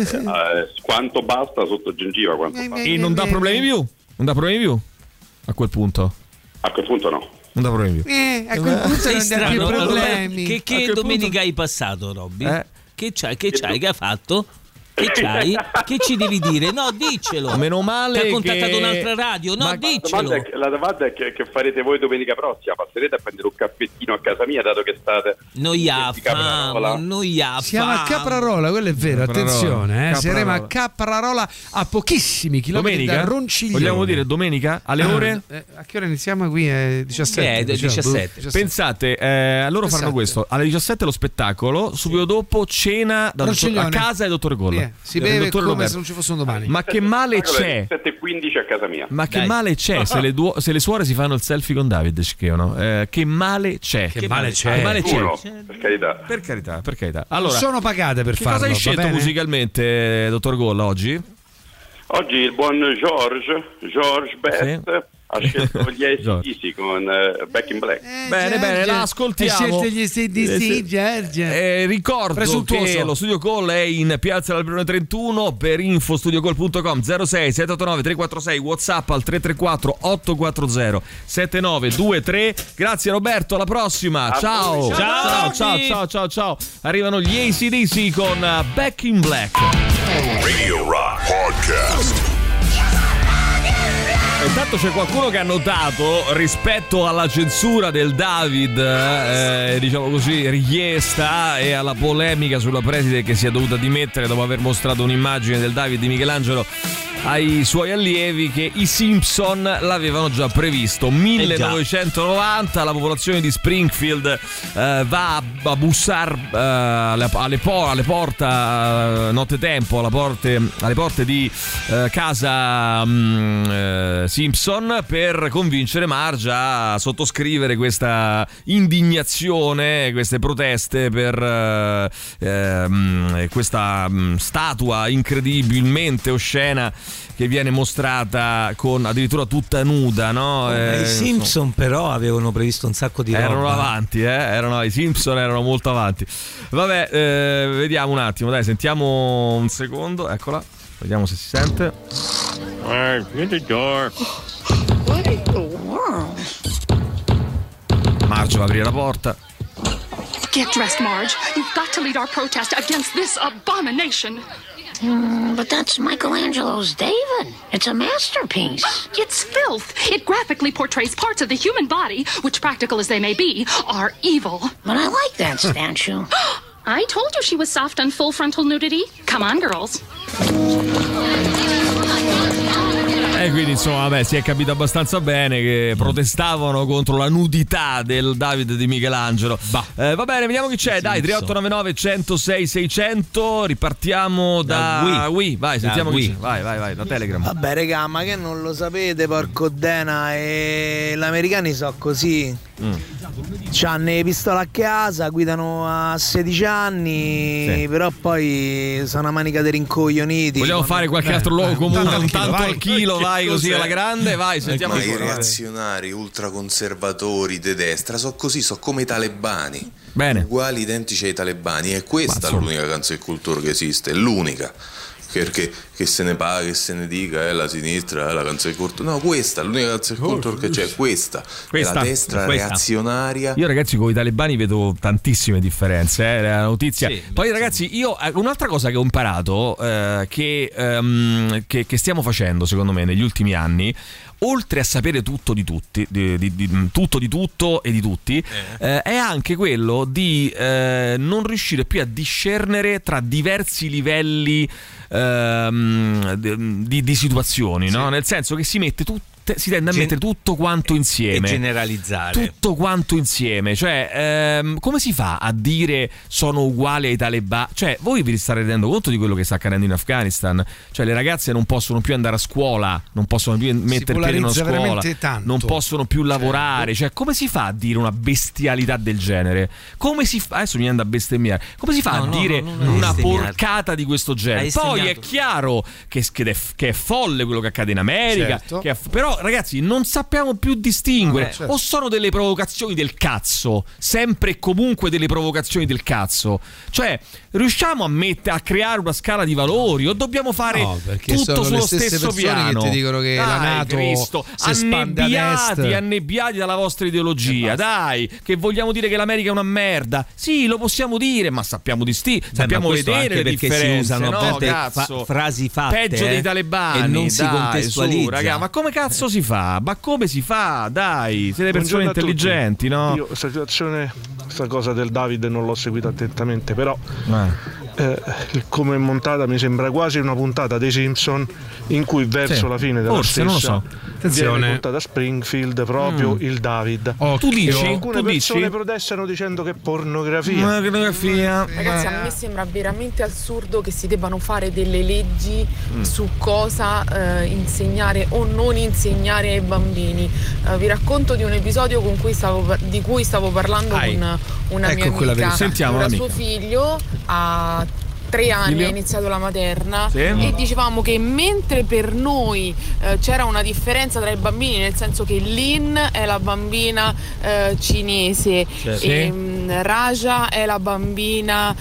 eh, quanto basta sotto gengiva. Quanto basta. E non dà problemi più? Non dà problemi più? A quel punto? A quel punto no. Non dà problemi più. Eh, a quel punto Sei non abbiamo più strano, problemi. Che, A che quel domenica punto- hai passato, Robby? Eh? Che c'hai? Che c'hai? Che hai fatto? Che c'hai? Che ci devi dire? No, diccelo. Meno male Ti ha che- contattato un'altra radio? No, Ma- La diccelo. domanda, è, la domanda è che, che farete voi domenica prossima? Passerete a prendere un caffettino a casa mia, dato che state Noi ha di Caprarola? fame, noi ha Siamo a fame. Caprarola, quello è vero, Caprarola, attenzione, eh. Caprarola. Saremo a Caprarola a pochissimi chilometri da Domenica? Ronciglione. Vogliamo dire domenica? Alle ore? Eh, a che ora iniziamo qui? È diciassette. Eh, diciamo. diciassette. Pensate, eh, loro faranno diciassette. questo. Alle diciassette lo spettacolo, subito dopo cena da dottor- a Ronciglione. casa del dottore Golla. Via, si Del beve dottore come Roberto. se non ci fosse un domani. Ma che male c'è? sette e quindici a casa mia. Ma che Dai. male c'è se le, duo- se le suore si fanno il selfie con David? Scrivono. Eh, che male c'è? Che male c'è? Che male c'è? Sicuro, per carità. Per carità, per carità. Non Allora, sono pagate per che farlo. cosa hai va scelto bene? musicalmente, dottor Golla, oggi? Oggi il buon George, George Best, ha scelto gli A C D C con eh, Back in Black. Eh, Bene, Giorgio, bene, la ascoltiamo. Hai scelto gli A C D Eh, C, sì. Giorgio. Eh, ricordo Presuntuoso. che lo Studio Call è in Piazza Alberone trentuno. Per info studiocall punto com zero sei sette otto nove tre quattro sei, WhatsApp al tre tre quattro otto quattro zero sette nove due tre. Grazie Roberto, alla prossima. Ciao. voi. Ciao, ciao, ciao, ciao, ciao. Arrivano gli A C D C con uh, Back in Black. Radio Rock Podcast. Intanto c'è qualcuno che ha notato rispetto alla censura del David, eh, diciamo così, richiesta, e alla polemica sulla preside che si è dovuta dimettere dopo aver mostrato un'immagine del David di Michelangelo ai suoi allievi, che i Simpson l'avevano già previsto. millenovecentonovanta la popolazione di Springfield eh, va a, a bussare eh, alle, alle, po- alle porta eh, nottetempo alle porte, alle porte di eh, casa mh, eh, Simpson per convincere Marge a sottoscrivere questa indignazione, queste proteste per eh, ehm, questa mh, statua incredibilmente oscena che viene mostrata con addirittura tutta nuda, no? Eh, I Simpson però avevano previsto un sacco di roba. Erano avanti, eh? Erano, i Simpson erano molto avanti. Vabbè, eh, vediamo un attimo, dai, sentiamo un secondo, eccola. Vediamo se si sente. Marge, get the door. What in the world? Marge va a aprire la porta. Get dressed, Marge. You've got to lead our protest against this abomination. Mm, but that's Michelangelo's David. It's a masterpiece. It's filth. It graphically portrays parts of the human body, which, practical as they may be, are evil. But I like that statue. I told you she was soft on full frontal nudity. Come on, girls. E quindi insomma, vabbè, si è capito abbastanza bene che protestavano contro la nudità del David di Michelangelo. Eh, va bene, vediamo chi c'è. Dai, tre otto nove nove uno zero sei sei zero zero. Ripartiamo da, Da Wii. Wii. Vai, sentiamo Da chi Wii. c'è. Vai, vai, vai, da Telegram. Vabbè regà, ma che non lo sapete, porco Dena, e gli americani so così. Mm. C'hanno le pistole a casa, guidano a sedici anni, Sì. però poi sono una manica di rincoglioniti. Vogliamo Quando- fare qualche Eh, altro luogo eh, comune, tanto al un chilo, tanto vai. al chilo, vai così alla grande, vai, sentiamo Ma chi i vuole. reazionari ultraconservatori di destra sono così, sono come i talebani. Bene. Uguali, identici ai talebani. E questa Ma è insomma. l'unica cancel culture che esiste, è l'unica. Perché che se ne paga, che se ne dica, è la sinistra, è la cancel culture. No, questa è l'unica cancel culture che c'è, questa. Questa, è la destra questa. reazionaria. Io ragazzi con i talebani vedo tantissime differenze, eh, la notizia. Sì, Poi ragazzi, io eh, un'altra cosa che ho imparato eh, che, ehm, che, che stiamo facendo secondo me negli ultimi anni, oltre a sapere tutto di tutti, di, di, di, tutto di tutto e di tutti, eh. Eh, è anche quello di eh, non riuscire più a discernere tra diversi livelli ehm, di, di situazioni, sì. no? Nel senso che si mette tutto, si tende a Gen- mettere tutto quanto insieme e generalizzare tutto quanto insieme, cioè ehm, come si fa a dire sono uguali ai talebani? Cioè voi vi state rendendo conto di quello che sta accadendo in Afghanistan? Cioè le ragazze non possono più andare a scuola, non possono più mettere piede in una scuola, non possono più lavorare, cioè come si fa a dire una bestialità del genere? Come si fa? Adesso mi viene da bestemmiare. Come si fa no, a no, dire no, no, una bestemmiato. porcata di questo genere? Poi è chiaro che, che, è, che è folle quello che accade in America, certo. che è, però ragazzi non sappiamo più distinguere, no, certo. o sono delle provocazioni del cazzo, sempre e comunque delle provocazioni del cazzo, cioè riusciamo a mettere a creare una scala di valori o dobbiamo fare no, tutto sullo stesso piano? Che ti dicono che dai, la NATO Cristo, si espande ad annebbiati, est. annebbiati dalla vostra ideologia, dai, che vogliamo dire che l'America è una merda, sì, lo possiamo dire, ma sappiamo di sti, Beh, sappiamo vedere le perché differenze, si usano no, tante cazzo, fa- frasi fatte peggio eh, dei talebani e non si dai, contestualizza, su, raga, ma come cazzo si fa? Ma come si fa? Dai, siete persone intelligenti, no? Io questa situazione, questa cosa del David non l'ho seguita attentamente, però eh, come è montata mi sembra quasi una puntata dei Simpson in cui verso sì. la fine della Forse, stessa non lo so. viene Attenzione. portata a Springfield proprio Mm. il David. Tu dici? Alcune Tu persone dici? protestano dicendo che è pornografia. Ma pornografia. Ragazzi, a me sembra veramente assurdo che si debbano fare delle leggi Mm. su cosa eh, insegnare o non insegnare ai bambini. Eh, vi racconto di un episodio con cui stavo, par- di cui stavo parlando Ai. con una Ecco mia quella amica. verità. Sentiamo Ora l'amica. suo figlio ha tre anni, Figlio? ha iniziato la materna Sì. e dicevamo che mentre per noi eh, c'era una differenza tra i bambini, nel senso che Lin è la bambina eh, cinese Certo. e Sì. mh, Raja è la bambina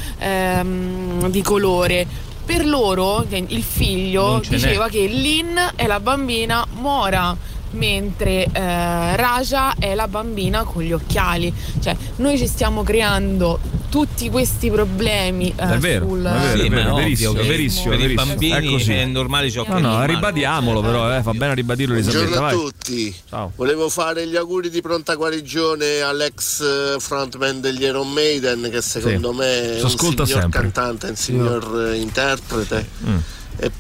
ehm, di colore. Per loro il figlio Non ce n'è. diceva che Lin è la bambina mora, mentre eh, Raja è la bambina con gli occhiali. Cioè noi ci stiamo creando tutti questi problemi eh, È vero, sul è vero, Sì, è ma vero, ovvio verissimo, che verissimo, per i verissimo. bambini È così. è normale ciò che No, no, rimane. ribadiamolo però, eh, fa bene a ribadirlo Elisabetta, Buongiorno a vai. tutti. Ciao. Volevo fare gli auguri di pronta guarigione all'ex eh, frontman degli Iron Maiden, che secondo Sì. me è Si un ascolta signor sempre. cantante, un signor eh, interprete. Mm. E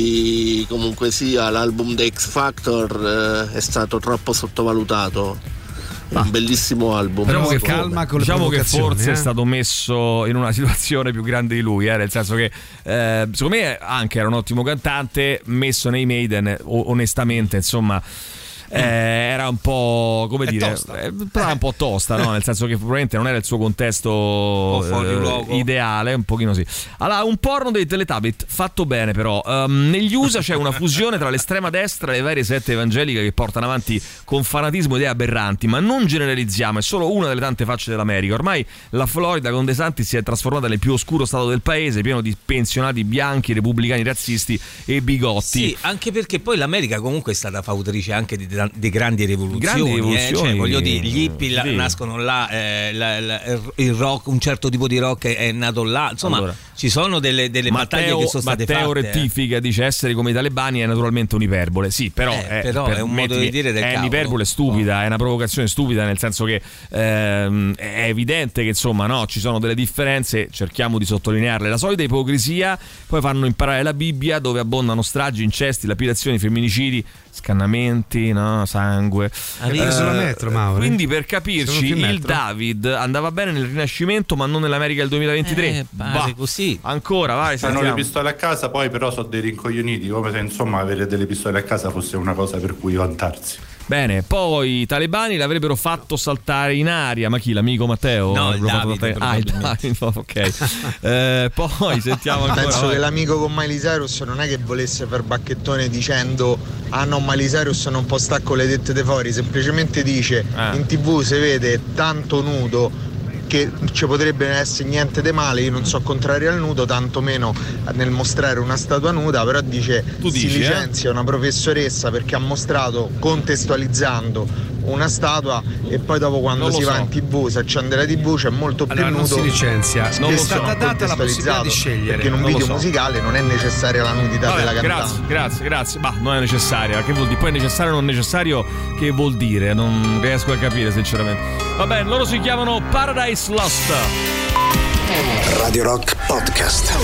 poi comunque sia l'album The X Factor eh, è stato troppo sottovalutato. È un bellissimo album. Diciamo che, calma con le diciamo che provocazioni, forse eh. è stato messo in una situazione più grande di lui, eh, nel senso che eh, secondo me anche era un ottimo cantante, messo nei Maiden o- onestamente insomma eh, era un po' come È dire tosta. eh, però era un po' tosta, no? Nel senso che probabilmente non era il suo contesto fuori eh, luogo. ideale, un pochino sì. Allora, un porno dei Teletubbies fatto bene però. Um, negli U S A c'è una fusione tra l'estrema destra e le varie sette evangeliche che portano avanti con fanatismo idee aberranti, ma non generalizziamo, è solo una delle tante facce dell'America. Ormai la Florida con DeSantis si è trasformata nel più oscuro stato del paese, pieno di pensionati bianchi, repubblicani razzisti e bigotti. Sì, anche perché poi l'America comunque è stata fautrice anche di, di grandi rivoluzioni. Grandi eh, rivoluzioni. cioè, voglio dire, gli hippie la- Sì. nascono là, eh, la- la- il rock, un certo tipo di rock è, è nato là. Insomma, Allora. ci sono delle, delle battaglie Matteo, che sono state Matteo fatte. eh. rettifica, dice essere come i talebani è naturalmente un'iperbole. Sì, però, Eh, è, però è un modo di dire del è cavolo. un'iperbole stupida, è una provocazione stupida, nel senso che ehm, è evidente che insomma no, ci sono delle differenze, cerchiamo di sottolinearle. La solita ipocrisia, poi fanno imparare la Bibbia dove abbondano stragi, incesti, lapidazioni, femminicidi, scannamenti, no, sangue. Avevi preso la metro, Mauro? Quindi per Sono capirci, più il metro? David andava bene nel Rinascimento, ma non nell'America del duemilaventitré. Eh, pare Bah, così. Ancora, vai, Hanno le sentiamo. pistole a casa, poi però sono dei rincoglioniti, come se insomma avere delle pistole a casa fosse una cosa per cui vantarsi. Bene, poi i talebani l'avrebbero fatto saltare in aria. Ma chi? L'amico Matteo? No, il L'avrebbero Davide, fatto- Ah, il Davide, no, ok. Eh, poi sentiamo ancora. Penso vai. che l'amico con Miley Cyrus non è che volesse far bacchettone dicendo ah no, Miley Cyrus non può stare con le tette de fuori, semplicemente dice Ah. in tv si vede tanto nudo che ci potrebbe essere niente di male, io non so contrario al nudo, tantomeno nel mostrare una statua nuda, però dice Tu si dici, licenzia una professoressa perché ha mostrato, contestualizzando, una statua e poi dopo quando si so. va in tv, si accende la tv, c'è molto più allora, nudo. Non si licenzia, non è stata data la possibilità di scegliere. Perché in un non video so. musicale non è necessaria la nudità Vabbè, della cantante. Grazie, grazie, grazie. Ma non è necessaria. Che vuol dire? Poi è necessario o non necessario? Che vuol dire? Non riesco a capire, sinceramente. Va bene, loro si chiamano Paradise Lost. Radio Rock Podcast.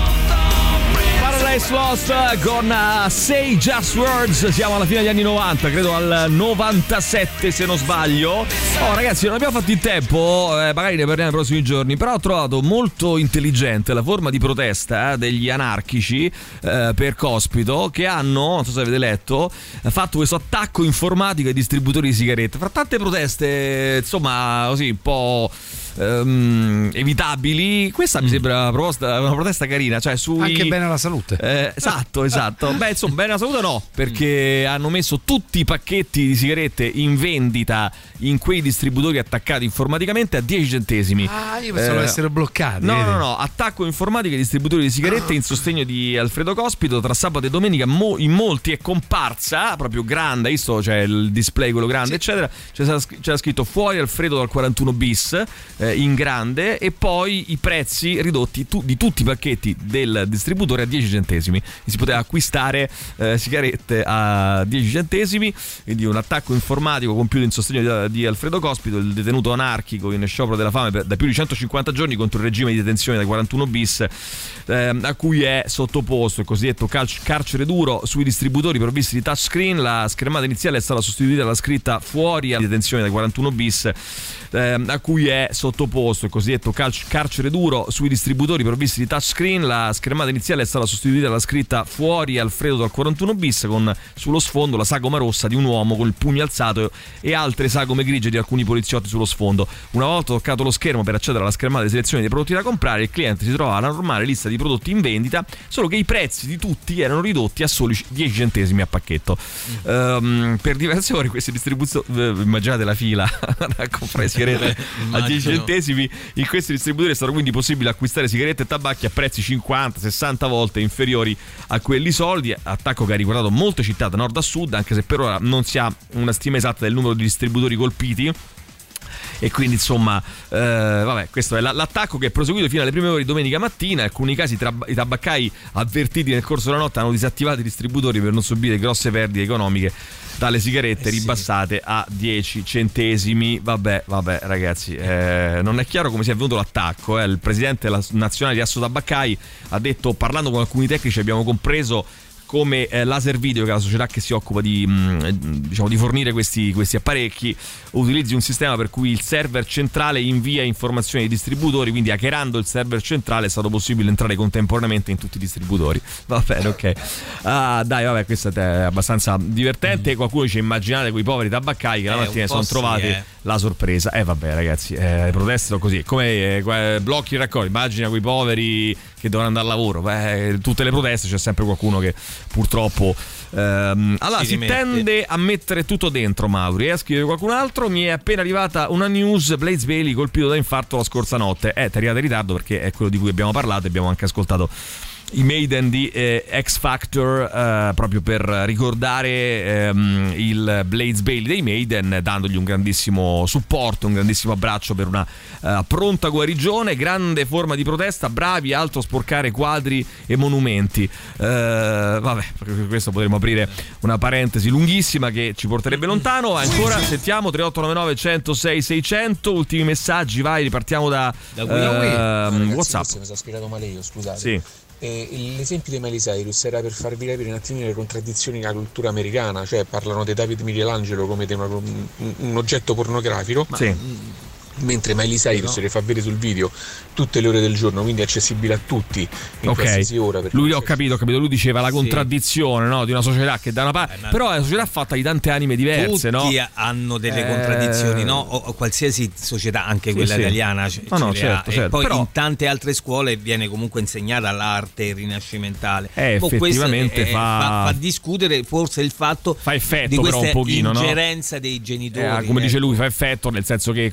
Paradise Lost con uh, Say Just Words. Siamo alla fine degli anni novanta, credo al novantasette se non sbaglio. Oh ragazzi, non abbiamo fatto in tempo, eh, magari ne parliamo nei prossimi giorni, però ho trovato molto intelligente la forma di protesta eh, degli anarchici eh, per Cospito, che hanno, non so se avete letto, fatto questo attacco informatico ai distributori di sigarette. Fra tante proteste, insomma, così un po' Um, evitabili, questa mi sembra una, proposta, una protesta carina, cioè sui... anche bene alla salute. Eh, esatto, esatto. Beh, insomma, bene alla salute no, perché hanno messo tutti i pacchetti di sigarette in vendita in quei distributori attaccati informaticamente a dieci centesimi. Ah, io pensavo eh, essere bloccati. No, vedi? no, no, attacco informatico ai distributori di sigarette in sostegno di Alfredo Cospito. Tra sabato e domenica mo- in molti è comparsa, proprio grande, hai visto, c'è il display quello grande, sì. eccetera. C'era, c'era scritto fuori Alfredo dal quarantuno bis in grande, e poi i prezzi ridotti tu, di tutti i pacchetti del distributore a dieci centesimi. E si poteva acquistare eh, sigarette a dieci centesimi, quindi un attacco informatico compiuto in sostegno di, di Alfredo Cospito, il detenuto anarchico in sciopero della fame per, da più di centocinquanta giorni contro il regime di detenzione da quarantuno bis, eh, a cui è sottoposto il cosiddetto cal- carcere duro sui distributori provvisti di touchscreen. La schermata iniziale è stata sostituita dalla scritta fuori alla detenzione da quarantuno bis, eh, a cui è sottoposto il cosiddetto cal- carcere duro sui distributori provvisti di touchscreen. La schermata iniziale è stata sostituita dalla scritta fuori Alfredo dal quarantuno bis, con sullo sfondo la sagoma rossa di un uomo con il pugno alzato e altre sagome grigie di alcuni poliziotti sullo sfondo. Una volta toccato lo schermo per accedere alla schermata di selezione dei prodotti da comprare, il cliente si trova alla normale lista di prodotti in vendita, solo che i prezzi di tutti erano ridotti a soli dieci centesimi a pacchetto. Mm. Um, per diverse ore questi distributori, uh, immaginate la fila a comprare sigarette a dieci centesimi. In questi distributori è stato quindi possibile acquistare sigarette e tabacchi a prezzi cinquanta sessanta volte inferiori a quelli soldi. Attacco che ha riguardato molte città da nord a sud, anche se per ora non si ha una stima esatta del numero di distributori colpiti. E quindi insomma eh, vabbè, questo è l'attacco che è proseguito fino alle prime ore di domenica mattina. In alcuni casi tra- i tabaccai avvertiti nel corso della notte hanno disattivato i distributori per non subire grosse perdite economiche dalle sigarette eh sì. ribassate a dieci centesimi. Vabbè, vabbè ragazzi, eh, non è chiaro come sia avvenuto l'attacco. eh. Il presidente della nazionale di Asso Tabaccai ha detto, parlando con alcuni tecnici abbiamo compreso come eh, Laser Video, che è la società che si occupa di, mh, diciamo, di fornire questi, questi apparecchi, utilizzi un sistema per cui il server centrale invia informazioni ai distributori, quindi hackerando il server centrale è stato possibile entrare contemporaneamente in tutti i distributori. Va bene, ok. Ah, dai, vabbè, questo è abbastanza divertente. Mm. Qualcuno dice, immaginate quei poveri tabaccai che la eh, mattina sono sì, trovati eh. la sorpresa. Eh vabbè ragazzi, eh, le proteste sono così, come eh, blocchi i raccolti. Immagina quei poveri che devono andare al lavoro. Beh, tutte le proteste c'è sempre qualcuno che purtroppo ehm, allora si, si tende a mettere tutto dentro. Mauri, eh, scrive qualcun altro: mi è appena arrivata una news, Blaze Bayley colpito da infarto la scorsa notte. Eh, ti è arrivata in ritardo perché è quello di cui abbiamo parlato, abbiamo anche ascoltato i Maiden di eh, X Factor eh, proprio per ricordare ehm, il Blaze Bayley dei Maiden, dandogli un grandissimo supporto, un grandissimo abbraccio per una uh, pronta guarigione. Grande forma di protesta, bravi, altro sporcare quadri e monumenti. Uh, vabbè, per questo potremmo aprire una parentesi lunghissima che ci porterebbe lontano. Ancora sentiamo tre otto nove nove uno zero sei sei zero zero, ultimi messaggi, vai, ripartiamo da, da qui, uh, uh, ragazzi, WhatsApp. Mi sono spiegato male io, scusate. Sì. Eh, l'esempio di Miley Cyrus era per farvi capire un attimino le contraddizioni della cultura americana, cioè parlano di David Michelangelo come di una, un, un oggetto pornografico, ma, sì. mentre Miley Cyrus no. le fa vedere sul video tutte le ore del giorno, quindi accessibile a tutti in okay. qualsiasi ora. Lui ho capito, ho capito, lui diceva la contraddizione, sì. no, di una società che da una parte, eh, però è una società fatta di tante anime diverse, tutti no? hanno delle eh... contraddizioni, no? O, o qualsiasi società, anche sì, quella sì. italiana, ce, no, no, ce certo, ha. certo. E poi però... in tante altre scuole viene comunque insegnata l'arte rinascimentale. Eh, effettivamente è, fa... fa... fa discutere forse il fatto fa effetto, di questa però un pochino, ingerenza, no? dei genitori. Eh, come dice lui, fa effetto nel senso che, come certo, dire,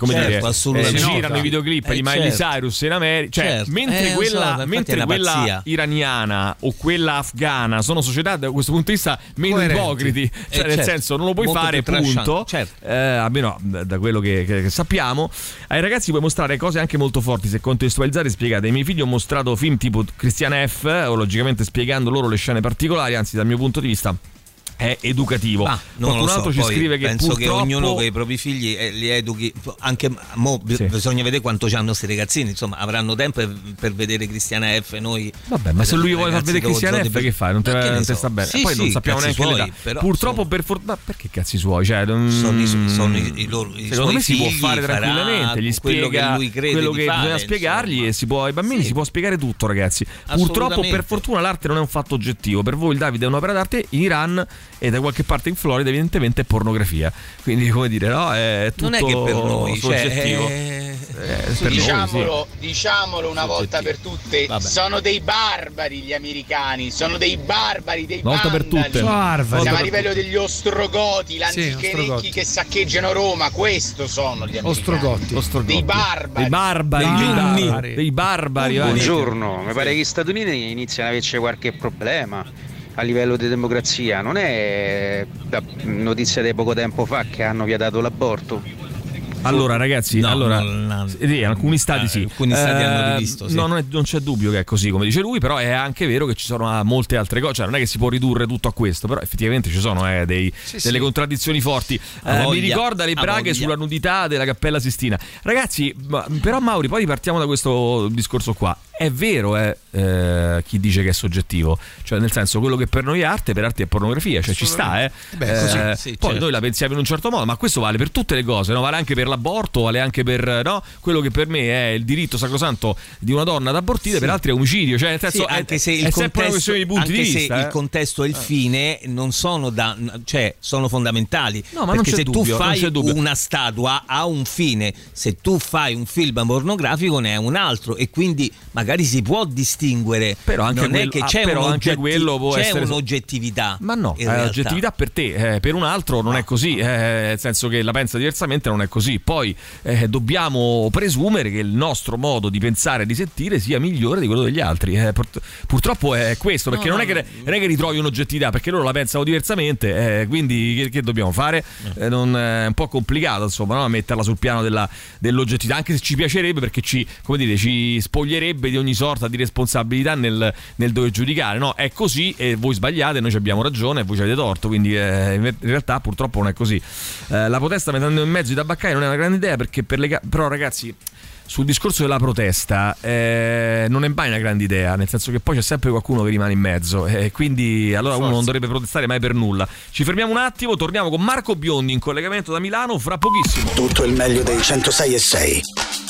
assolutamente. Eh, girano i videoclip eh, di Miley certo. Cyrus in America, cioè Certo. mentre Eh, quella, so, mentre quella pazzia. iraniana o quella afghana sono società da questo punto di vista meno Coerenti. ipocriti, cioè Eh, nel certo. senso non lo puoi Molto fare, più tranchant, punto. certo. Eh, almeno da quello che, che, che sappiamo. Ai ragazzi puoi mostrare cose anche molto forti se contestualizzate e spiegate. Ai miei figli ho mostrato film tipo Christian F, o logicamente spiegando loro le scene particolari, anzi dal mio punto di vista è educativo. Ah, non Qualcun lo so, altro ci poi scrive che penso purtroppo che ognuno con i propri figli eh, li educhi anche mo, b- Sì. bisogna vedere quanto hanno questi ragazzini, insomma avranno tempo per, per vedere Cristiana F. Noi vabbè, ma se lui vuole far vedere Cristian F, che fai? Non te, Ma che ne non te so. sta bene. Sì, Poi sì, non sappiamo cazzi neanche suoi, l'età. però, Purtroppo per fortuna, perché cazzi suoi? Cioè, non... sono, i, sono i, i loro i secondo me suoi si può figli, fare farà tranquillamente, gli quello spiega che lui crede quello di che fare, bisogna spiegargli, insomma. e si può, ai bambini Sì. si può spiegare tutto, ragazzi. Purtroppo Assolutamente. per fortuna l'arte non è un fatto oggettivo. Per voi il Davide è un'opera d'arte, in Iran e da qualche parte in Florida evidentemente è pornografia. Quindi come dire, no, è tutto Non è che per noi, soggettivo. cioè, Eh, per noi, Diciamolo, sì. diciamolo una volta per tutte, Vabbè. sono dei barbari gli americani, sono dei barbari, dei Una volta per vandali. tutte. Barbari. Siamo a per livello degli ostrogoti, Sì, l'anticherecchi ostrogoti. che saccheggiano Roma, questo sono gli americani. Ostrogotti. Ostrogotti. Dei barbari. Dei barbari, Dei dei barbari. barbari, dei barbari, vai. Buongiorno, mi pare che gli Stati Uniti iniziano ad averci qualche problema a livello di democrazia. Non è da notizia di poco tempo fa che hanno vietato l'aborto? Allora ragazzi, No, allora non- non- sì, alcuni stati eh, sì, alcuni stati Eh, hanno rivisto, sì. No, non, è- non c'è dubbio che è così come dice lui, però è anche vero che ci sono ah, molte altre cose, cioè non è che si può ridurre tutto a questo, però effettivamente ci sono eh, dei, Sì, delle sì. contraddizioni forti. A Eh, mi voglia, ricorda le a braghe voglia. sulla nudità della Cappella Sistina. Ragazzi, ma- però Mauri, poi partiamo da questo discorso qua. È vero eh, eh, chi dice che è soggettivo, cioè nel senso quello che per noi è arte, per arte è pornografia, cioè ci sta, eh. Beh, Eh, così, sì, poi certo. noi la pensiamo in un certo modo, ma questo vale per tutte le cose, no? Vale anche per l'aborto, vale anche per no? quello che per me è il diritto sacrosanto di una donna ad abortire, Sì. per altri è omicidio, cioè nel senso Sì, è, anche se è il sempre una contesto, questione di punti anche di se vista. il eh. contesto e il fine non sono da, cioè sono fondamentali. No, ma non perché c'è se dubbio, tu non fai c'è dubbio. una statua ha un fine, se tu fai un film pornografico ne è un altro, e quindi magari si può distinguere. Però anche non quello- è che ah, c'è, però anche un'oggetti- quello può c'è essere- un'oggettività. Ma no, in è realtà. oggettività per te, eh, per un altro non è così, eh, nel senso che la pensa diversamente non è così. Poi eh, dobbiamo presumere che il nostro modo di pensare e di sentire sia migliore di quello degli altri. eh, pur- purtroppo è questo, perché No, non, no, è che, non è che ritrovi un'oggettività, perché loro la pensano diversamente, eh, quindi che, che dobbiamo fare? Eh, non, è un po' complicato, insomma, no? Metterla sul piano della, dell'oggettività, anche se ci piacerebbe, perché ci, come dire, ci spoglierebbe di ogni sorta di responsabilità nel, nel dover giudicare. No, è così e voi sbagliate, noi ci abbiamo ragione e voi ci avete torto, quindi eh, in realtà purtroppo non è così. Eh, la protesta mettendo in mezzo i tabaccai non è una grande idea, perché per le ca- però ragazzi, sul discorso della protesta eh, non è mai una grande idea, nel senso che poi c'è sempre qualcuno che rimane in mezzo e quindi allora uno non dovrebbe protestare mai per nulla. Ci fermiamo un attimo, torniamo con Marco Biondi in collegamento da Milano fra pochissimo. Tutto il meglio dei centosei e sei.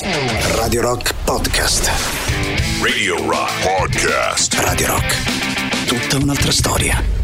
Radio Rock Podcast. Radio Rock Podcast. Radio Rock. Tutta un'altra storia.